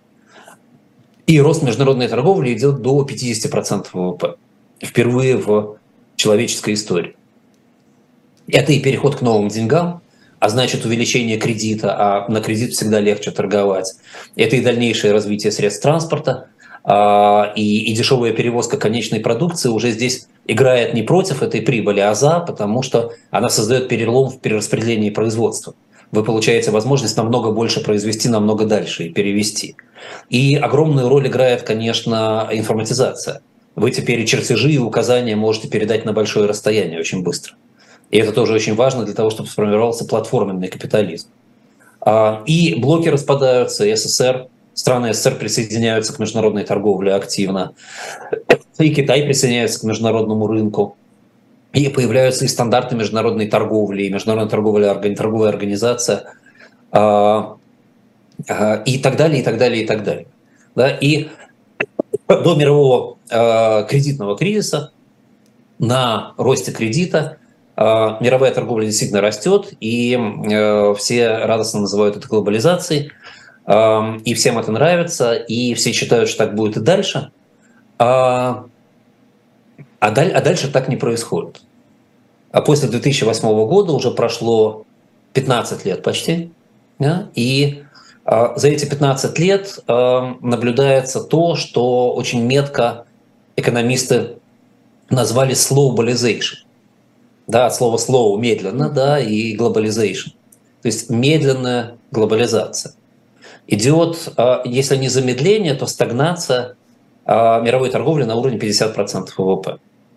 И рост международной торговли идет до пятьдесят процентов ВВП. Впервые в человеческой истории. Это и переход к новым деньгам, а значит увеличение кредита, а на кредит всегда легче торговать. Это и дальнейшее развитие средств транспорта, и, и дешевая перевозка конечной продукции уже здесь играет не против этой прибыли, а за, потому что она создает перелом в перераспределении производства. Вы получаете возможность намного больше произвести, намного дальше и перевести. И огромную роль играет, конечно, информатизация. Вы теперь чертежи и указания можете передать на большое расстояние очень быстро. И это тоже очень важно для того, чтобы сформировался платформенный капитализм. И блоки распадаются, и СССР, страны СССР присоединяются к международной торговле активно, и Китай присоединяется к международному рынку, и появляются и стандарты международной торговли, и международная торговая, торговая организация, и так далее, и так далее, и так далее. Да? И до мирового кредитного кризиса на росте кредита мировая торговля действительно растет, и все радостно называют это глобализацией, и всем это нравится, и все считают, что так будет и дальше. А, а, даль, а дальше так не происходит. А после две тысячи восьмого года уже прошло пятнадцать лет почти, да, и а, за эти пятнадцать лет а, наблюдается то, что очень метко экономисты назвали slowbalization. Да, от слова slow – медленно, да, и globalization. То есть медленная глобализация. Идет, если не замедление, то стагнация мировой торговли на уровне пятьдесят процентов ВВП.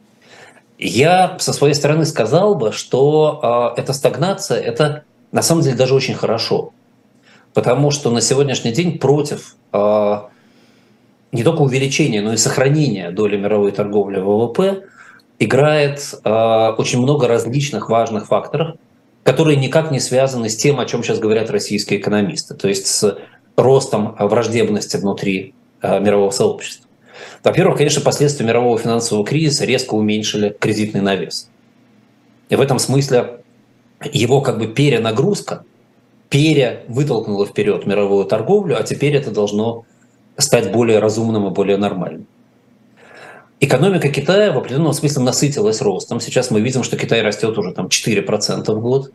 Я со своей стороны сказал бы, что эта стагнация – это на самом деле даже очень хорошо. Потому что на сегодняшний день против не только увеличения, но и сохранения доли мировой торговли в ВВП играет э, очень много различных важных факторов, которые никак не связаны с тем, о чем сейчас говорят российские экономисты, то есть с ростом враждебности внутри э, мирового сообщества. Во-первых, конечно, последствия мирового финансового кризиса резко уменьшили кредитный навес. И в этом смысле его как бы перенагрузка, пере вытолкнула вперед мировую торговлю, а теперь это должно стать более разумным и более нормальным. Экономика Китая в определенном смысле насытилась ростом. Сейчас мы видим, что Китай растет уже там четыре процента в год.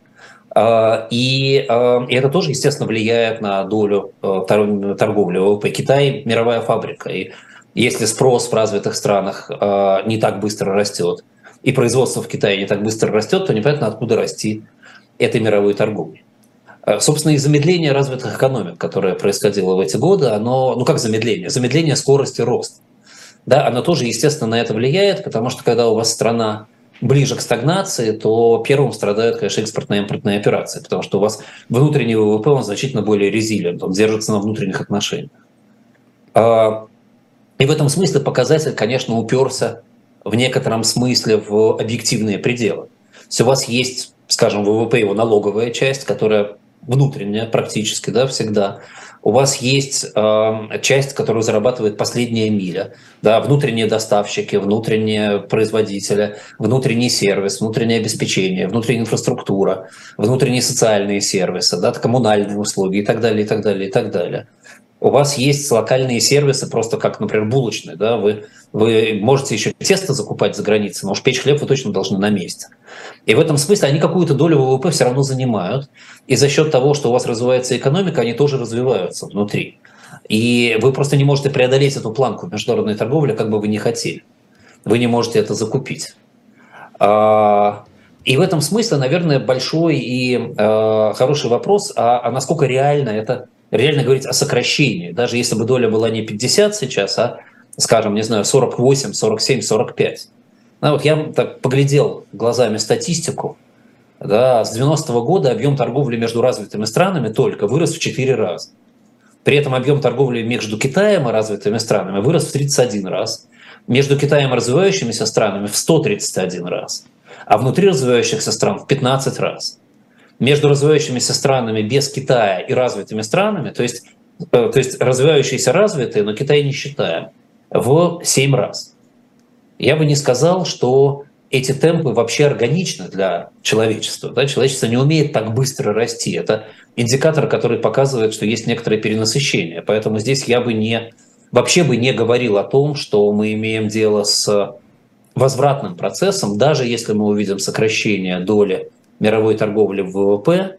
И, и это тоже, естественно, влияет на долю торговли ВВП. Китай – мировая фабрика. И если спрос в развитых странах не так быстро растет, и производство в Китае не так быстро растет, то непонятно, откуда расти этой мировой торговле. Собственно, и замедление развитых экономик, которое происходило в эти годы, оно, ну как замедление? Замедление скорости роста. Да, оно тоже, естественно, на это влияет, потому что когда у вас страна ближе к стагнации, то первым страдают, конечно, экспортно-импортные операции, потому что у вас внутренний ВВП, он значительно более резилиент, он держится на внутренних отношениях. И в этом смысле показатель, конечно, уперся в некотором смысле в объективные пределы. То есть у вас есть, скажем, ВВП, его налоговая часть, которая внутренняя практически, да, всегда. У вас есть э, часть, которую зарабатывает последняя миля, да, внутренние доставщики, внутренние производители, внутренний сервис, внутреннее обеспечение, внутренняя инфраструктура, внутренние социальные сервисы, да, коммунальные услуги и так далее, и так далее, и так далее. У вас есть локальные сервисы, просто как, например, булочные, да, вы Вы можете еще тесто закупать за границей, но уж печь хлеб вы точно должны на месте. И в этом смысле они какую-то долю ВВП все равно занимают. И за счет того, что у вас развивается экономика, они тоже развиваются внутри. И вы просто не можете преодолеть эту планку в международной торговле, как бы вы ни хотели. Вы не можете это закупить. И в этом смысле, наверное, большой и хороший вопрос, а, а насколько реально это, реально говорить о сокращении, даже если бы доля была не пятьдесят сейчас, а, скажем, не знаю, сорок восемь, сорок семь, сорок пять. Ну, вот я так поглядел глазами статистику, да, с девяностого года объем торговли между развитыми странами только вырос в четыре раза. При этом объем торговли между Китаем и развитыми странами вырос в тридцать один раз, между Китаем и развивающимися странами в сто тридцать один раз, а внутри развивающихся стран в пятнадцать раз. Между развивающимися странами без Китая и развитыми странами, то есть, то есть развивающиеся развитые, но Китай не считаем, в семь раз. Я бы не сказал, что эти темпы вообще органичны для человечества. Да? Человечество не умеет так быстро расти. Это индикатор, который показывает, что есть некоторое перенасыщение. Поэтому здесь я бы не, вообще бы не говорил о том, что мы имеем дело с возвратным процессом, даже если мы увидим сокращение доли мировой торговли в ВВП,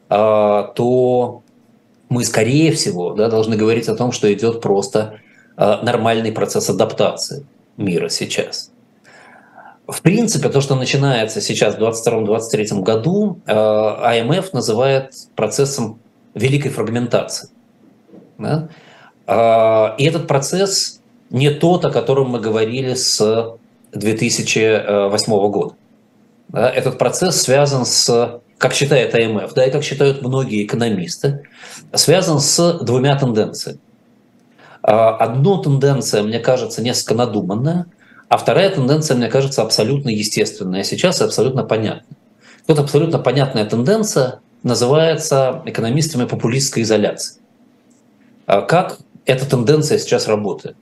то мы, скорее всего, да, должны говорить о том, что идет просто нормальный процесс адаптации мира сейчас. В принципе, то, что начинается сейчас в двадцать втором — двадцать третьем году, ай эм эф называет процессом великой фрагментации. Да? И этот процесс не тот, о котором мы говорили с две тысячи восьмого года. Да? Этот процесс связан с, как считает ай эм эф, да, и как считают многие экономисты, связан с двумя тенденциями. Одна тенденция, мне кажется, несколько надуманная, а вторая тенденция, мне кажется, абсолютно естественная сейчас и абсолютно понятная. Вот абсолютно понятная тенденция называется экономистами популистской изоляции. Как эта тенденция сейчас работает?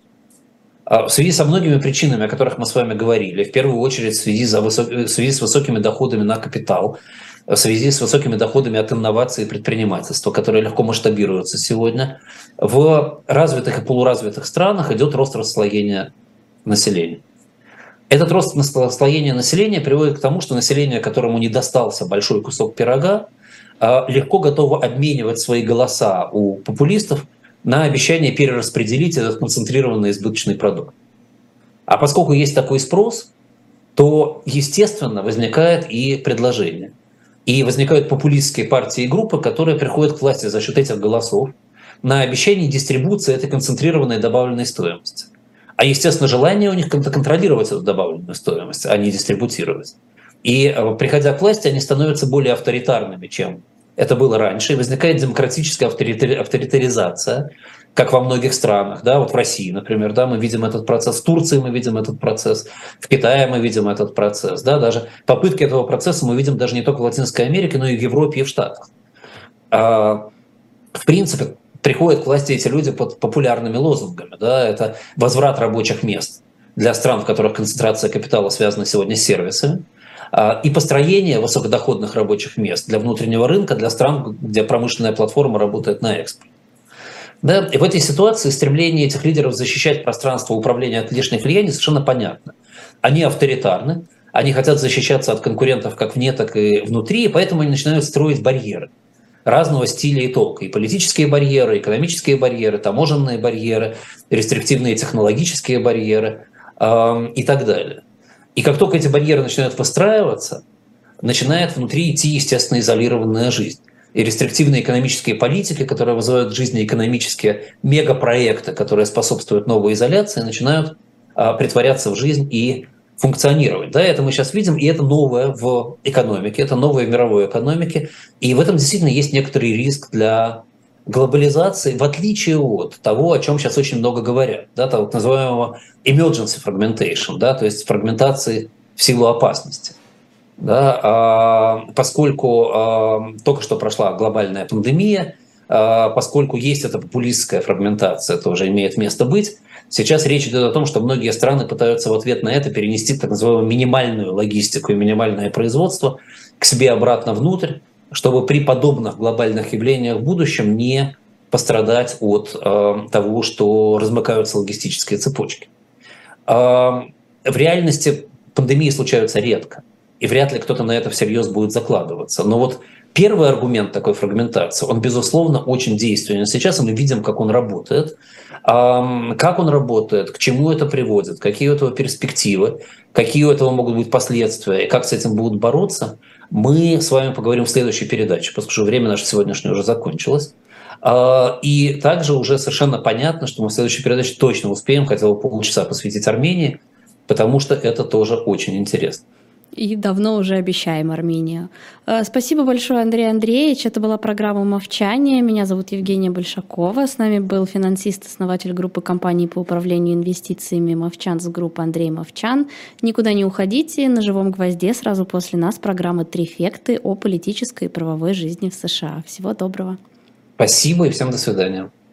В связи со многими причинами, о которых мы с вами говорили, в первую очередь в связи, за высок... в связи с высокими доходами на капитал, в связи с высокими доходами от инноваций и предпринимательства, которые легко масштабируются сегодня, в развитых и полуразвитых странах идет рост расслоения населения. Этот рост расслоения населения приводит к тому, что население, которому не достался большой кусок пирога, легко готово обменивать свои голоса у популистов на обещание перераспределить этот концентрированный избыточный продукт. А поскольку есть такой спрос, то, естественно, возникает и предложение. И возникают популистские партии и группы, которые приходят к власти за счет этих голосов на обещание дистрибуции этой концентрированной добавленной стоимости. А, естественно, желание у них как-то контролировать эту добавленную стоимость, а не дистрибутировать. И, приходя к власти, они становятся более авторитарными, чем это было раньше, и возникает демократическая авторитаризация, как во многих странах, да, вот в России, например, да, мы видим этот процесс, в Турции мы видим этот процесс, в Китае мы видим этот процесс, да, даже попытки этого процесса мы видим даже не только в Латинской Америке, но и в Европе, и в Штатах. А, в принципе, приходят к власти эти люди под популярными лозунгами, да, это возврат рабочих мест для стран, в которых концентрация капитала связана сегодня с сервисами, и построение высокодоходных рабочих мест для внутреннего рынка, для стран, где промышленная платформа работает на экспорт. Да? И в этой ситуации стремление этих лидеров защищать пространство управления от внешних влияний совершенно понятно. Они авторитарны, они хотят защищаться от конкурентов как вне, так и внутри, и поэтому они начинают строить барьеры разного стиля и толка. И политические барьеры, экономические барьеры, таможенные барьеры, рестриктивные технологические барьеры э, и так далее. И как только эти барьеры начинают выстраиваться, начинает внутри идти, естественно, изолированная жизнь. И рестриктивные экономические политики, которые вызывают в жизни экономические мегапроекты, которые способствуют новой изоляции, начинают а, притворяться в жизнь и функционировать. Да, это мы сейчас видим, и это новое в экономике, это новое в мировой экономике. И в этом действительно есть некоторый риск для глобализации, в отличие от того, о чем сейчас очень много говорят, да, так называемого emergency fragmentation, да, то есть фрагментации в силу опасности. Да, а, поскольку а, только что прошла глобальная пандемия, а, поскольку есть эта популистская фрагментация, тоже имеет место быть, сейчас речь идет о том, что многие страны пытаются в ответ на это перенести так называемую минимальную логистику и минимальное производство к себе обратно внутрь, чтобы при подобных глобальных явлениях в будущем не пострадать от э, того, что размыкаются логистические цепочки. В реальности пандемии случаются редко, и вряд ли кто-то на это всерьез будет закладываться. Но вот первый аргумент такой фрагментации, он, безусловно, очень действенен. Сейчас мы видим, как он работает, как он работает, к чему это приводит, какие у этого перспективы, какие у этого могут быть последствия, и как с этим будут бороться, мы с вами поговорим в следующей передаче, поскольку что время наше сегодняшнее уже закончилось. И также уже совершенно понятно, что мы в следующей передаче точно успеем хотя бы полчаса посвятить Армении, потому что это тоже очень интересно. И давно уже обещаем Армению. Спасибо большое, Андрей Андреевич. Это была программа «Мовчание». Меня зовут Евгения Большакова. С нами был финансист, основатель группы компаний по управлению инвестициями «Мовчанс Групп» Андрей Мовчан. Никуда не уходите. На «Живом гвозде» сразу после нас программа «Трифекты» о политической и правовой жизни в США. Всего доброго. Спасибо и всем до свидания.